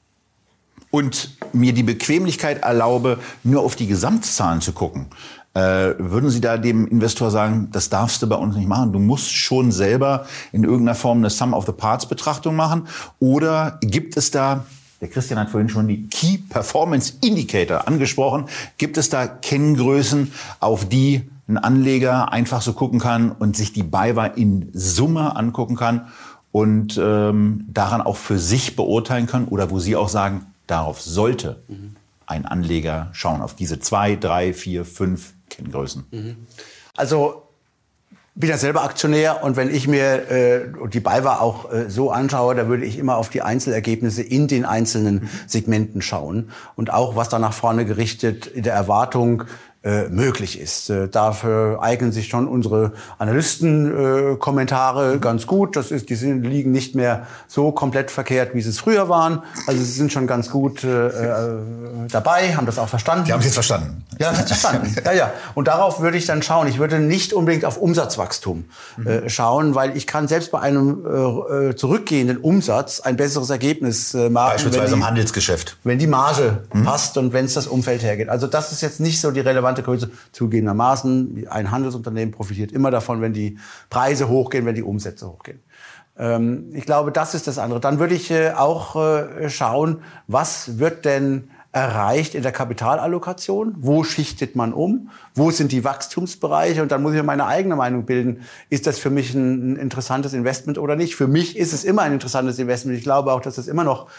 und mir die Bequemlichkeit erlaube, nur auf die Gesamtzahlen zu gucken, würden Sie da dem Investor sagen, das darfst du bei uns nicht machen? Du musst schon selber in irgendeiner Form eine Sum-of-the-Parts-Betrachtung machen? Oder gibt es da, der Christian hat vorhin schon die Key Performance Indicator angesprochen, gibt es da Kenngrößen, auf die ein Anleger einfach so gucken kann und sich die BayWa in Summe angucken kann und daran auch für sich beurteilen kann? Oder wo Sie auch sagen, darauf sollte ein Anleger schauen, auf diese 2, 3, 4, 5 Kenngrößen. Also bin ja selber Aktionär und wenn ich mir die BayWa auch so anschaue, da würde ich immer auf die Einzelergebnisse in den einzelnen Segmenten schauen und auch, was da nach vorne gerichtet in der Erwartung möglich ist. Dafür eignen sich schon unsere Analysten-Kommentare ganz gut. Die liegen nicht mehr so komplett verkehrt, wie sie es früher waren. Also sie sind schon ganz gut dabei, haben das auch verstanden. Die haben es jetzt verstanden. Ja, das verstanden. Ja. Und darauf würde ich dann schauen. Ich würde nicht unbedingt auf Umsatzwachstum schauen, weil ich kann selbst bei einem zurückgehenden Umsatz ein besseres Ergebnis machen. Beispielsweise im Handelsgeschäft. Wenn die Marge passt und wenn es das Umfeld hergeht. Also das ist jetzt nicht so die relevante Größe. Zugegebenermaßen, ein Handelsunternehmen profitiert immer davon, wenn die Preise hochgehen, wenn die Umsätze hochgehen. Ich glaube, das ist das andere. Dann würde ich auch schauen, was wird denn erreicht in der Kapitalallokation? Wo schichtet man um? Wo sind die Wachstumsbereiche? Und dann muss ich mir meine eigene Meinung bilden. Ist das für mich ein interessantes Investment oder nicht? Für mich ist es immer ein interessantes Investment. Ich glaube auch, dass das immer noch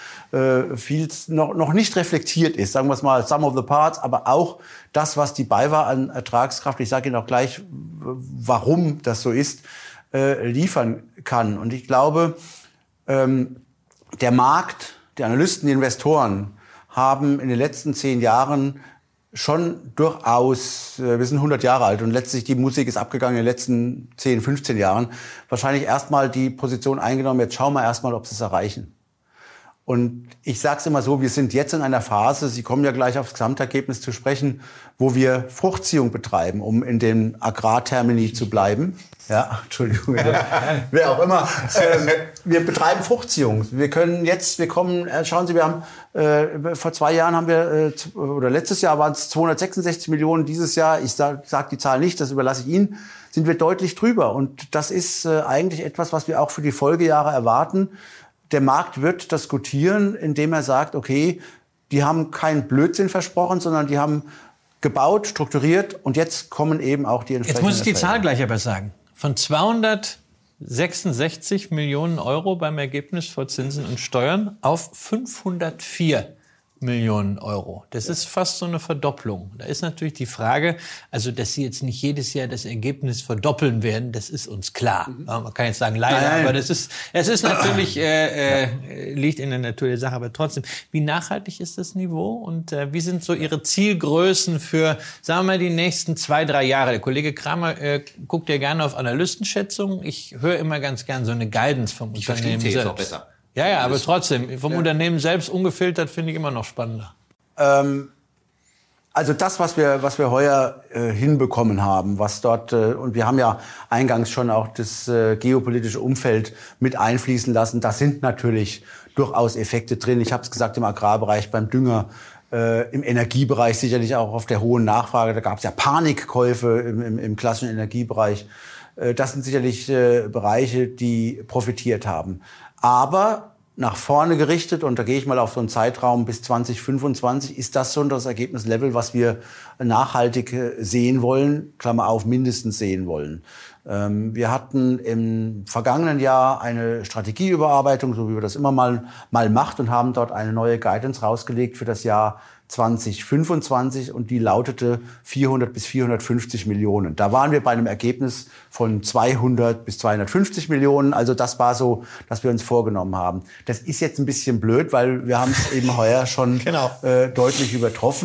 noch nicht reflektiert ist. Sagen wir es mal, Sum of the Parts, aber auch das, was die BayWa an Ertragskraft, ich sage Ihnen auch gleich, warum das so ist, liefern kann. Und ich glaube, der Markt, die Analysten, die Investoren haben in den letzten 10 Jahren schon durchaus, wir sind 100 Jahre alt und letztlich die Musik ist abgegangen in den letzten 10, 15 Jahren, wahrscheinlich erstmal die Position eingenommen, jetzt schauen wir erstmal, ob sie es erreichen. Und ich sage es immer so, wir sind jetzt in einer Phase, Sie kommen ja gleich aufs Gesamtergebnis zu sprechen, wo wir Fruchtziehung betreiben, um in den Agrartermini zu bleiben. Ja, Entschuldigung, wer auch immer. Wir betreiben Fruchtziehung. Schauen Sie, wir haben vor 2 Jahren haben wir, oder letztes Jahr waren es 266 Millionen, dieses Jahr, ich sag die Zahl nicht, das überlasse ich Ihnen, sind wir deutlich drüber. Und das ist eigentlich etwas, was wir auch für die Folgejahre erwarten. Der Markt wird das gutieren, indem er sagt, okay, die haben keinen Blödsinn versprochen, sondern die haben gebaut, strukturiert und jetzt kommen eben auch die entsprechenden. Jetzt muss ich die Zahl gleich aber sagen. Von 266 Millionen Euro beim Ergebnis vor Zinsen und Steuern auf 504 Millionen Euro. Das ist fast so eine Verdopplung. Da ist natürlich die Frage, also dass Sie jetzt nicht jedes Jahr das Ergebnis verdoppeln werden, das ist uns klar. Man kann jetzt sagen leider, aber es ist natürlich, liegt in der Natur der Sache, aber trotzdem, wie nachhaltig ist das Niveau und wie sind so Ihre Zielgrößen für, sagen wir mal, die nächsten 2, 3 Jahre? Der Kollege Kramer guckt ja gerne auf Analystenschätzungen. Ich höre immer ganz gern so eine Guidance vom Unternehmen selbst. Auch besser. Ja, aber trotzdem, vom Unternehmen selbst ungefiltert finde ich immer noch spannender. Also das, was wir heuer hinbekommen haben, was dort, und wir haben ja eingangs schon auch das geopolitische Umfeld mit einfließen lassen, da sind natürlich durchaus Effekte drin. Ich habe es gesagt, im Agrarbereich, beim Dünger, im Energiebereich sicherlich auch auf der hohen Nachfrage. Da gab es ja Panikkäufe im klassischen Energiebereich. Das sind sicherlich Bereiche, die profitiert haben. Aber nach vorne gerichtet, und da gehe ich mal auf so einen Zeitraum bis 2025, ist das so das Ergebnislevel, was wir nachhaltig sehen wollen, Klammer auf, mindestens sehen wollen. Wir hatten im vergangenen Jahr eine Strategieüberarbeitung, so wie wir das immer mal macht, und haben dort eine neue Guidance rausgelegt für das Jahr 2025 und die lautete 400 bis 450 Millionen. Da waren wir bei einem Ergebnis von 200 bis 250 Millionen. Also das war so, dass wir uns vorgenommen haben. Das ist jetzt ein bisschen blöd, weil wir haben es eben heuer schon deutlich übertroffen.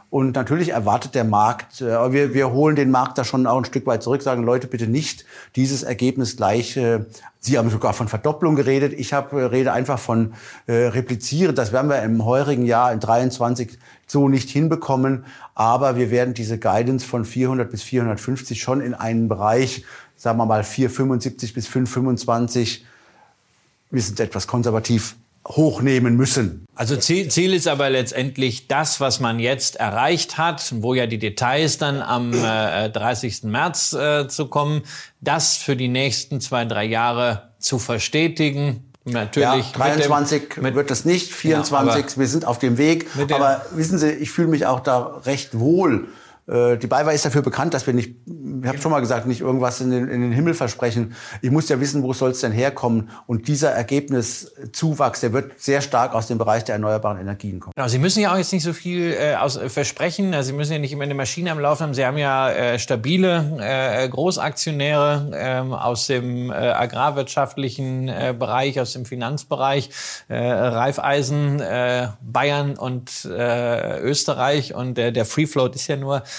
Und natürlich erwartet der Markt, wir holen den Markt da schon auch ein Stück weit zurück, sagen Leute, bitte nicht dieses Ergebnis gleich. Sie haben sogar von Verdopplung geredet. Ich rede einfach von replizieren. Das werden wir im heurigen Jahr, in 23, so nicht hinbekommen. Aber wir werden diese Guidance von 400 bis 450 schon in einen Bereich, sagen wir mal 475 bis 525, wir sind etwas konservativ, hochnehmen müssen. Also Ziel ist aber letztendlich das, was man jetzt erreicht hat, wo ja die Details dann am 30. März zu kommen, das für die nächsten 2-3 Jahre zu verstetigen. Natürlich. Ja, 23 wird das nicht, 24, genau, wir sind auf dem Weg. Aber wissen Sie, ich fühle mich auch da recht wohl. Die BayWa ist dafür bekannt, dass wir nicht, ich habe schon mal gesagt, nicht irgendwas in den Himmel versprechen. Ich muss ja wissen, wo soll es denn herkommen? Und dieser Ergebniszuwachs, der wird sehr stark aus dem Bereich der erneuerbaren Energien kommen. Genau, Sie müssen ja auch jetzt nicht so viel versprechen. Also Sie müssen ja nicht immer eine Maschine am Laufen haben. Sie haben ja stabile Großaktionäre aus dem agrarwirtschaftlichen Bereich, aus dem Finanzbereich, Raiffeisen, Bayern und Österreich. Und der Free Float ist ja nur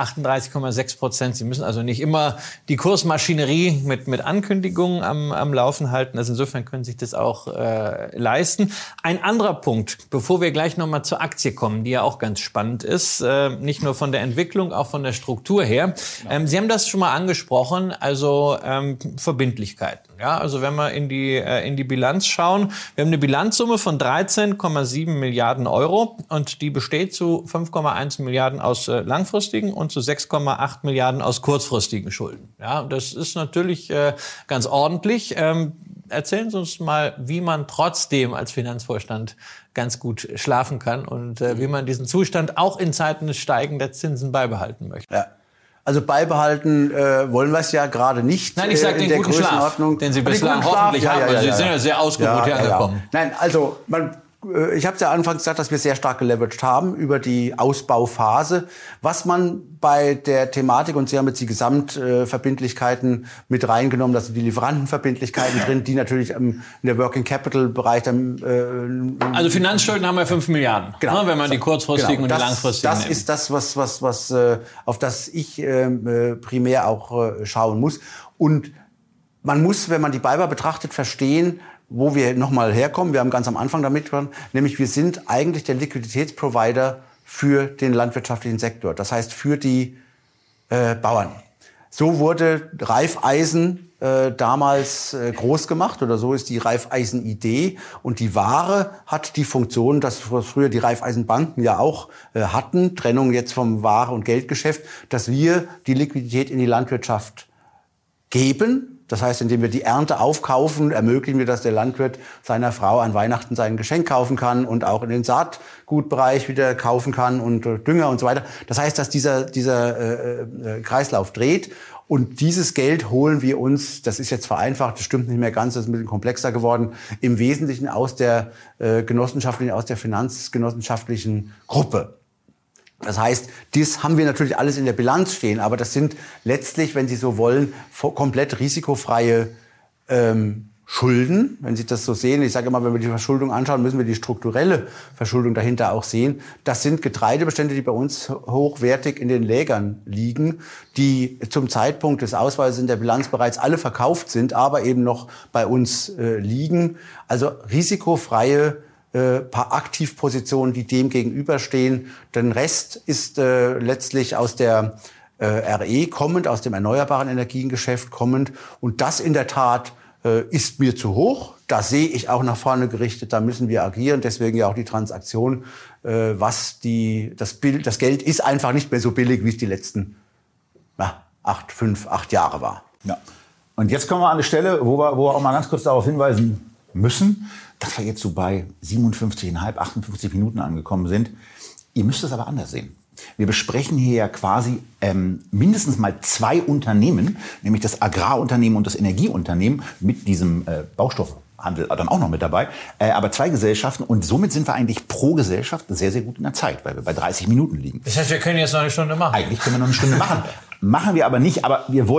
38,6%. Sie müssen also nicht immer die Kursmaschinerie mit Ankündigungen am Laufen halten. Also insofern können Sie sich das auch leisten. Ein anderer Punkt, bevor wir gleich nochmal zur Aktie kommen, die ja auch ganz spannend ist, nicht nur von der Entwicklung, auch von der Struktur her. Sie haben das schon mal angesprochen, also Verbindlichkeiten. Ja, also wenn wir in die Bilanz schauen, wir haben eine Bilanzsumme von 13,7 Milliarden Euro und die besteht zu 5,1 Milliarden aus langfristigen und zu 6,8 Milliarden aus kurzfristigen Schulden. Ja, das ist natürlich ganz ordentlich. Erzählen Sie uns mal, wie man trotzdem als Finanzvorstand ganz gut schlafen kann und wie man diesen Zustand auch in Zeiten des Steigen der Zinsen beibehalten möchte. Ja. Also beibehalten wollen wir es ja gerade nicht. Nein, ich sage den guten Schlaf, den Sie bislang hoffentlich haben. Also Sie sind ja sehr ausgeruht hergekommen. Nein, also ich habe ja anfangs gesagt, dass wir sehr stark geleveraged haben über die Ausbauphase. Was man bei der Thematik, und Sie haben jetzt die Gesamtverbindlichkeiten mit reingenommen, da sind die Lieferantenverbindlichkeiten drin, die natürlich in der Working Capital Bereich dann... Also Finanzschulden haben wir 5 Milliarden, genau, wenn man die kurzfristigen und die langfristigen nimmt. Das ist das, was auf das ich primär auch schauen muss. Und man muss, wenn man die BayWa betrachtet, verstehen, wo wir nochmal herkommen. Wir haben ganz am Anfang damit gesprochen, nämlich wir sind eigentlich der Liquiditätsprovider für den landwirtschaftlichen Sektor. Das heißt für die Bauern. So wurde Raiffeisen damals groß gemacht oder so ist die Raiffeisen-Idee. Und die Ware hat die Funktion, dass früher die Raiffeisenbanken ja auch hatten, Trennung jetzt vom Ware- und Geldgeschäft, dass wir die Liquidität in die Landwirtschaft geben. Das heißt, indem wir die Ernte aufkaufen, ermöglichen wir, dass der Landwirt seiner Frau an Weihnachten sein Geschenk kaufen kann und auch in den Saatgutbereich wieder kaufen kann und Dünger und so weiter. Das heißt, dass dieser Kreislauf dreht. Und dieses Geld holen wir uns, das ist jetzt vereinfacht, das stimmt nicht mehr ganz, das ist ein bisschen komplexer geworden, im Wesentlichen aus der aus der finanzgenossenschaftlichen Gruppe. Das heißt, das haben wir natürlich alles in der Bilanz stehen, aber das sind letztlich, wenn Sie so wollen, komplett risikofreie Schulden, wenn Sie das so sehen. Ich sage immer, wenn wir die Verschuldung anschauen, müssen wir die strukturelle Verschuldung dahinter auch sehen. Das sind Getreidebestände, die bei uns hochwertig in den Lägern liegen, die zum Zeitpunkt des Ausweises in der Bilanz bereits alle verkauft sind, aber eben noch bei uns liegen. Also risikofreie paar Aktivpositionen, die dem gegenüberstehen. Den Rest ist letztlich aus der RE kommend, aus dem erneuerbaren Energiengeschäft kommend. Und das in der Tat ist mir zu hoch. Da sehe ich auch nach vorne gerichtet, da müssen wir agieren. Deswegen ja auch die Transaktion. Das Geld ist einfach nicht mehr so billig, wie es die letzten 8 Jahre war. Ja. Und jetzt kommen wir an eine Stelle, wo wir auch mal ganz kurz darauf hinweisen müssen, dass wir jetzt so bei 57,5, 58 Minuten angekommen sind. Ihr müsst es aber anders sehen. Wir besprechen hier ja quasi mindestens mal 2 Unternehmen, nämlich das Agrarunternehmen und das Energieunternehmen mit diesem Baustoffhandel dann auch noch mit dabei. Aber 2 Gesellschaften und somit sind wir eigentlich pro Gesellschaft sehr, sehr gut in der Zeit, weil wir bei 30 Minuten liegen. Das heißt, wir können jetzt noch eine Stunde machen. Eigentlich können wir noch eine Stunde machen. Machen wir aber nicht, aber die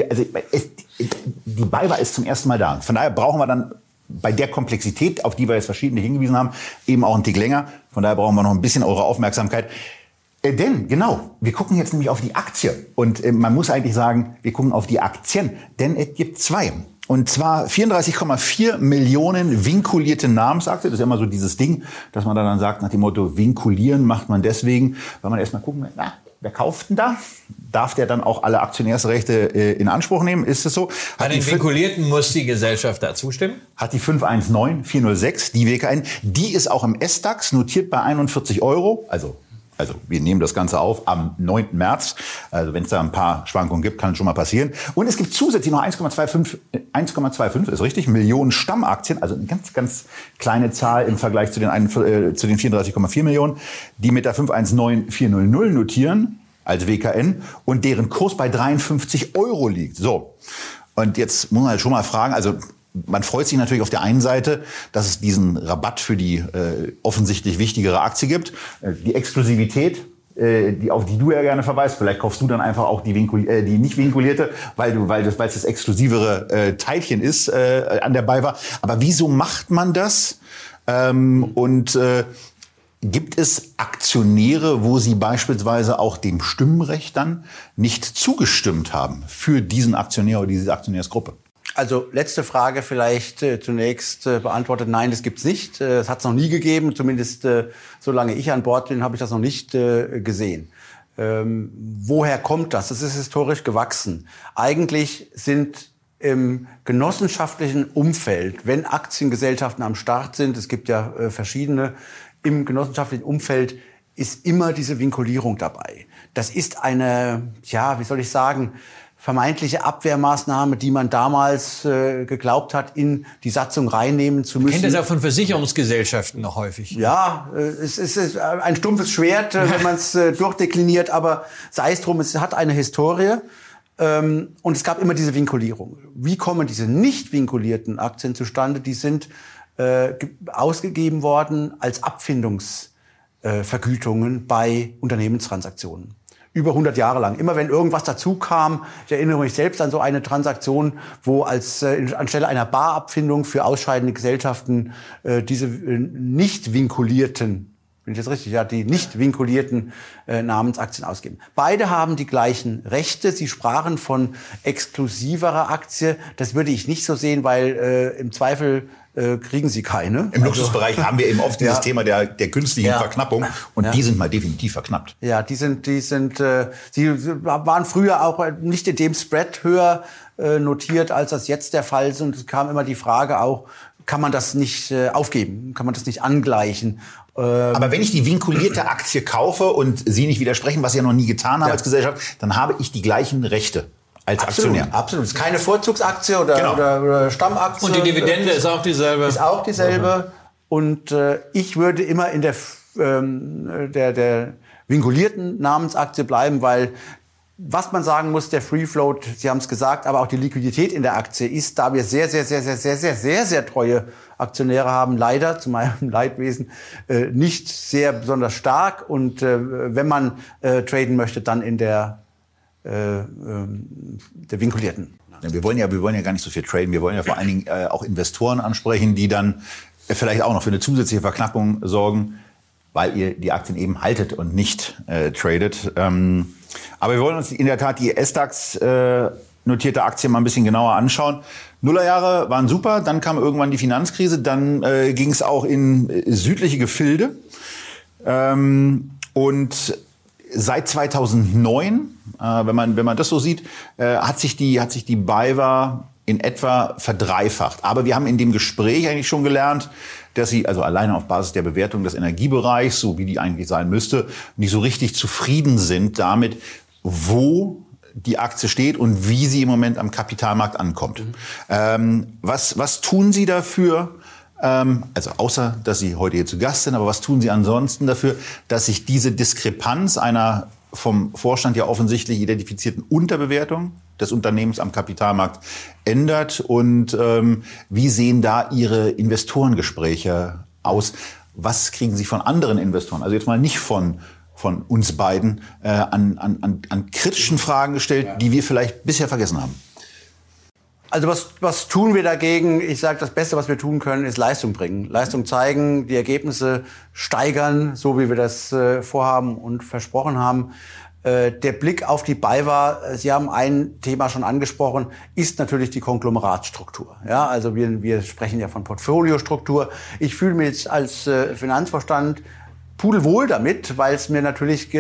BayWa ist zum ersten Mal da. Von daher brauchen wir dann bei der Komplexität, auf die wir jetzt verschiedene hingewiesen haben, eben auch einen Tick länger. Von daher brauchen wir noch ein bisschen eure Aufmerksamkeit. Denn, genau, wir gucken jetzt nämlich auf die Aktie. Und man muss eigentlich sagen, wir gucken auf die Aktien. Denn es gibt zwei. Und zwar 34,4 Millionen vinkulierte Namensaktien. Das ist ja immer so dieses Ding, dass man dann sagt, nach dem Motto, vinkulieren macht man deswegen, weil man erstmal gucken, wer kauft denn da? Darf der dann auch alle Aktionärsrechte in Anspruch nehmen? Ist es so? Bei den Vinkulierten muss die Gesellschaft da zustimmen? Hat die 519406, die WKN, die ist auch im SDAX notiert bei 41 €. Also wir nehmen das Ganze auf am 9. März. Also wenn es da ein paar Schwankungen gibt, kann es schon mal passieren. Und es gibt zusätzlich noch 1,25 ist richtig, Millionen Stammaktien. Also eine ganz, ganz kleine Zahl im Vergleich zu den 34,4 Millionen, die mit der 519400 notieren als WKN und deren Kurs bei 53 € liegt. So. Und jetzt muss man halt schon mal fragen, also man freut sich natürlich auf der einen Seite, dass es diesen Rabatt für die offensichtlich wichtigere Aktie gibt. Die Exklusivität, auf die du ja gerne verweist. Vielleicht kaufst du dann einfach auch die nicht vinkulierte, weil es das exklusivere Teilchen ist an der BayWa. Aber wieso macht man das? Gibt es Aktionäre, wo sie beispielsweise auch dem Stimmrecht dann nicht zugestimmt haben für diesen Aktionär oder diese Aktionärsgruppe? Also letzte Frage vielleicht zunächst beantwortet. Nein, das gibt's nicht. Es hat es noch nie gegeben. Zumindest solange ich an Bord bin, habe ich das noch nicht gesehen. Woher kommt das? Das ist historisch gewachsen. Eigentlich sind im genossenschaftlichen Umfeld, wenn Aktiengesellschaften am Start sind, es gibt ja verschiedene, im genossenschaftlichen Umfeld ist immer diese Vinkulierung dabei. Das ist eine, wie soll ich sagen, vermeintliche Abwehrmaßnahme, die man damals geglaubt hat, in die Satzung reinnehmen zu müssen. Ich kenne das auch von Versicherungsgesellschaften noch häufig. Ja, es ist ein stumpfes Schwert, wenn man es durchdekliniert, aber sei es drum, es hat eine Historie und es gab immer diese Vinkulierung. Wie kommen diese nicht vinkulierten Aktien zustande? Die sind ausgegeben worden als Abfindungsvergütungen bei Unternehmenstransaktionen. Über 100 Jahre lang. Immer wenn irgendwas dazu kam, ich erinnere mich selbst an so eine Transaktion, wo anstelle einer Barabfindung für ausscheidende Gesellschaften diese nicht vinkulierten, bin ich jetzt richtig, ja, die nicht vinkulierten Namensaktien ausgeben. Beide haben die gleichen Rechte. Sie sprachen von exklusiverer Aktie. Das würde ich nicht so sehen, weil im Zweifel kriegen sie keine. Im Luxusbereich haben wir eben oft dieses Thema der künstlichen Verknappung und die sind mal definitiv verknappt. Ja, sie waren früher auch nicht in dem Spread höher notiert, als das jetzt der Fall ist. Und es kam immer die Frage auch, kann man das nicht aufgeben? Kann man das nicht angleichen? Aber wenn ich die vinkulierte Aktie kaufe und Sie nicht widersprechen, was ich ja noch nie getan habe als Gesellschaft, dann habe ich die gleichen Rechte. Als Aktionär. Absolut. Es ist keine Vorzugsaktie oder Stammaktie. Und die Dividende ist auch dieselbe. Ist auch dieselbe. Und ich würde immer in der vinkulierten Namensaktie bleiben, weil, was man sagen muss, der Free Float, Sie haben es gesagt, aber auch die Liquidität in der Aktie ist, da wir sehr, sehr, sehr, sehr, sehr, sehr, sehr, sehr treue Aktionäre haben, leider zu meinem Leidwesen nicht sehr besonders stark. Und wenn man traden möchte, dann in der vinkulierten. Ja, wir wollen ja gar nicht so viel traden. Wir wollen ja vor allen Dingen auch Investoren ansprechen, die dann vielleicht auch noch für eine zusätzliche Verknappung sorgen, weil ihr die Aktien eben haltet und nicht tradet. Aber wir wollen uns in der Tat die SDAX notierte Aktien mal ein bisschen genauer anschauen. Nullerjahre waren super, dann kam irgendwann die Finanzkrise, dann ging es auch in südliche Gefilde. Und seit 2009, wenn man das so sieht, hat sich die BayWa in etwa verdreifacht. Aber wir haben in dem Gespräch eigentlich schon gelernt, dass sie also alleine auf Basis der Bewertung des Energiebereichs, so wie die eigentlich sein müsste, nicht so richtig zufrieden sind damit, wo die Aktie steht und wie sie im Moment am Kapitalmarkt ankommt. Was tun Sie dafür? Also außer, dass Sie heute hier zu Gast sind, aber was tun Sie ansonsten dafür, dass sich diese Diskrepanz einer vom Vorstand ja offensichtlich identifizierten Unterbewertung des Unternehmens am Kapitalmarkt ändert? Und wie sehen da Ihre Investorengespräche aus? Was kriegen Sie von anderen Investoren, also jetzt mal nicht von uns beiden, an kritischen Fragen gestellt, die wir vielleicht bisher vergessen haben? Also was tun wir dagegen? Ich sage, das Beste, was wir tun können, ist Leistung bringen. Leistung zeigen, die Ergebnisse steigern, so wie wir das vorhaben und versprochen haben. Der Blick auf die BayWa, Sie haben ein Thema schon angesprochen, ist natürlich die Konglomeratsstruktur. Ja, also wir sprechen ja von Portfoliostruktur. Ich fühle mich jetzt als Finanzvorstand pudelwohl damit, weil es mir natürlich,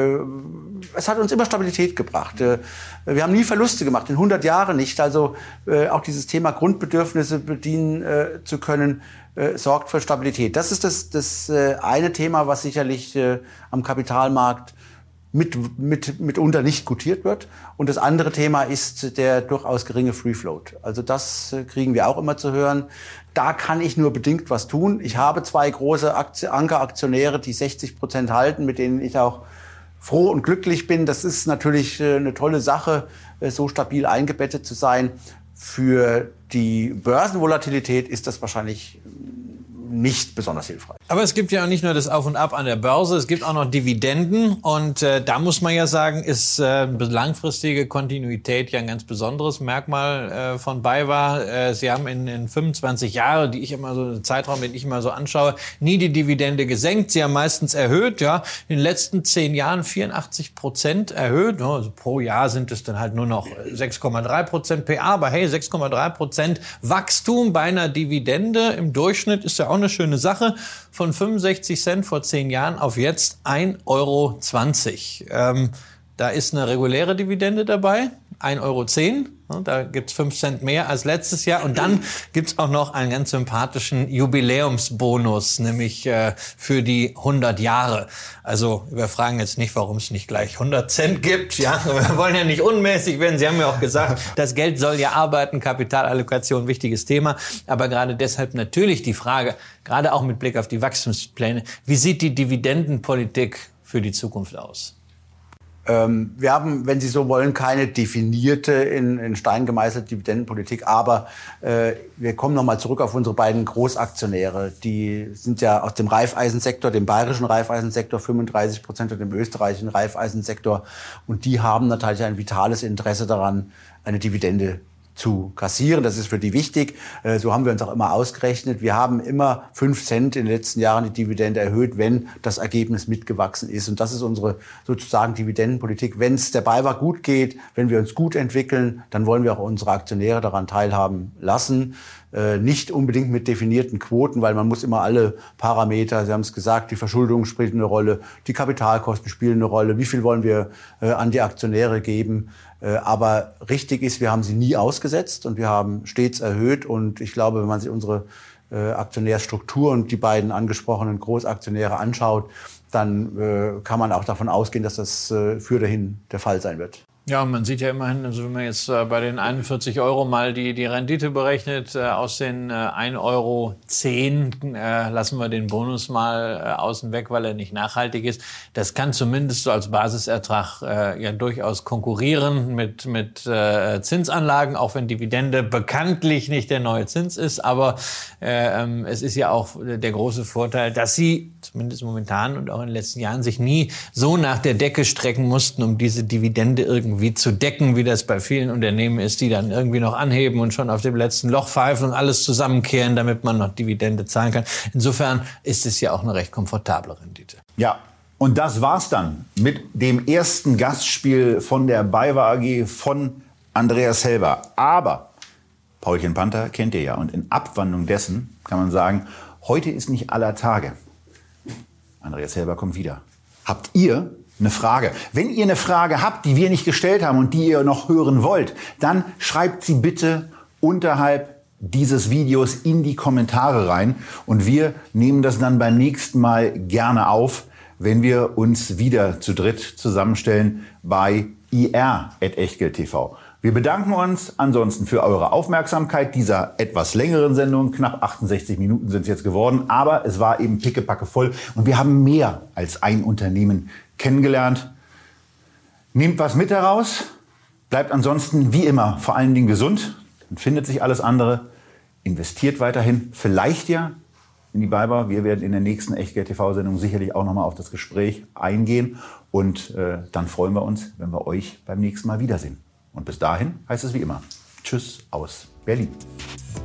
es hat uns immer Stabilität gebracht. Wir haben nie Verluste gemacht, in 100 Jahren nicht. Also auch dieses Thema Grundbedürfnisse bedienen zu können, sorgt für Stabilität. Das ist das eine Thema, was sicherlich am Kapitalmarkt mitunter nicht gutiert wird. Und das andere Thema ist der durchaus geringe Free Float. Also das kriegen wir auch immer zu hören. Da kann ich nur bedingt was tun. Ich habe 2 große Ankeraktionäre, die 60% halten, mit denen ich auch froh und glücklich bin. Das ist natürlich eine tolle Sache, so stabil eingebettet zu sein. Für die Börsenvolatilität ist das wahrscheinlich nicht besonders hilfreich. Aber es gibt ja auch nicht nur das Auf und Ab an der Börse, es gibt auch noch Dividenden. Und da muss man ja sagen, ist langfristige Kontinuität ja ein ganz besonderes Merkmal von BayWa. Sie haben in 25 Jahren, die ich immer so, einen Zeitraum, den ich immer so anschaue, nie die Dividende gesenkt. Sie haben meistens erhöht, ja. In den letzten 10 Jahren 84% erhöht. Also pro Jahr sind es dann halt nur noch 6,3% PA. Aber hey, 6,3% Wachstum bei einer Dividende im Durchschnitt ist ja auch eine schöne Sache. Von 65 Cent vor 10 Jahren auf jetzt 1,20 Euro. Da ist eine reguläre Dividende dabei, 1,10 Euro. Da gibt's 5 Cent mehr als letztes Jahr. Und dann gibt's auch noch einen ganz sympathischen Jubiläumsbonus, nämlich für die 100 Jahre. Also wir fragen jetzt nicht, warum es nicht gleich 100 Cent gibt. Ja, wir wollen ja nicht unmäßig werden. Sie haben ja auch gesagt, das Geld soll ja arbeiten, Kapitalallokation, wichtiges Thema. Aber gerade deshalb natürlich die Frage, gerade auch mit Blick auf die Wachstumspläne, wie sieht die Dividendenpolitik für die Zukunft aus? Wir haben, wenn Sie so wollen, keine definierte, in Stein gemeißelte Dividendenpolitik. Aber wir kommen nochmal zurück auf unsere beiden Großaktionäre. Die sind ja aus dem Raiffeisensektor, dem bayerischen Raiffeisensektor 35% und dem österreichischen Raiffeisensektor. Und die haben natürlich ein vitales Interesse daran, eine Dividende zu kassieren. Das ist für die wichtig. So haben wir uns auch immer ausgerechnet. Wir haben immer 5 Cent in den letzten Jahren die Dividende erhöht, wenn das Ergebnis mitgewachsen ist. Und das ist unsere sozusagen Dividendenpolitik. Wenn es der BayWa gut geht, wenn wir uns gut entwickeln, dann wollen wir auch unsere Aktionäre daran teilhaben lassen. Nicht unbedingt mit definierten Quoten, weil man muss immer alle Parameter, Sie haben es gesagt, die Verschuldung spielt eine Rolle, die Kapitalkosten spielen eine Rolle, wie viel wollen wir an die Aktionäre geben. Aber richtig ist, wir haben sie nie ausgesetzt und wir haben stets erhöht. Und ich glaube, wenn man sich unsere Aktionärstruktur und die beiden angesprochenen Großaktionäre anschaut, dann kann man auch davon ausgehen, dass das für dahin der Fall sein wird. Ja, man sieht ja immerhin, also wenn man jetzt bei den 41 Euro mal die Rendite berechnet, aus den 1,10 Euro lassen wir den Bonus mal außen weg, weil er nicht nachhaltig ist. Das kann zumindest so als Basisertrag ja durchaus konkurrieren mit Zinsanlagen, auch wenn Dividende bekanntlich nicht der neue Zins ist. Aber es ist ja auch der große Vorteil, dass sie zumindest momentan und auch in den letzten Jahren sich nie so nach der Decke strecken mussten, um diese Dividende irgendwie zu decken, wie das bei vielen Unternehmen ist, die dann irgendwie noch anheben und schon auf dem letzten Loch pfeifen und alles zusammenkehren, damit man noch Dividende zahlen kann. Insofern ist es ja auch eine recht komfortable Rendite. Ja, und das war's dann mit dem ersten Gastspiel von der BayWa AG von Andreas Helber. Aber Paulchen Panther kennt ihr ja und in Abwandlung dessen kann man sagen, heute ist nicht aller Tage. Andreas Helber kommt wieder. Habt ihr eine Frage? Wenn ihr eine Frage habt, die wir nicht gestellt haben und die ihr noch hören wollt, dann schreibt sie bitte unterhalb dieses Videos in die Kommentare rein und wir nehmen das dann beim nächsten Mal gerne auf, wenn wir uns wieder zu dritt zusammenstellen bei ir@echtgeld.tv. Wir bedanken uns ansonsten für eure Aufmerksamkeit dieser etwas längeren Sendung. Knapp 68 Minuten sind es jetzt geworden, aber es war eben pickepacke voll und wir haben mehr als ein Unternehmen kennengelernt. Nehmt was mit daraus, bleibt ansonsten wie immer vor allen Dingen gesund, dann findet sich alles andere. Investiert weiterhin, vielleicht ja in die BayWa. Wir werden in der nächsten Echtgeld-TV-Sendung sicherlich auch nochmal auf das Gespräch eingehen und dann freuen wir uns, wenn wir euch beim nächsten Mal wiedersehen. Und bis dahin heißt es wie immer, Tschüss aus Berlin.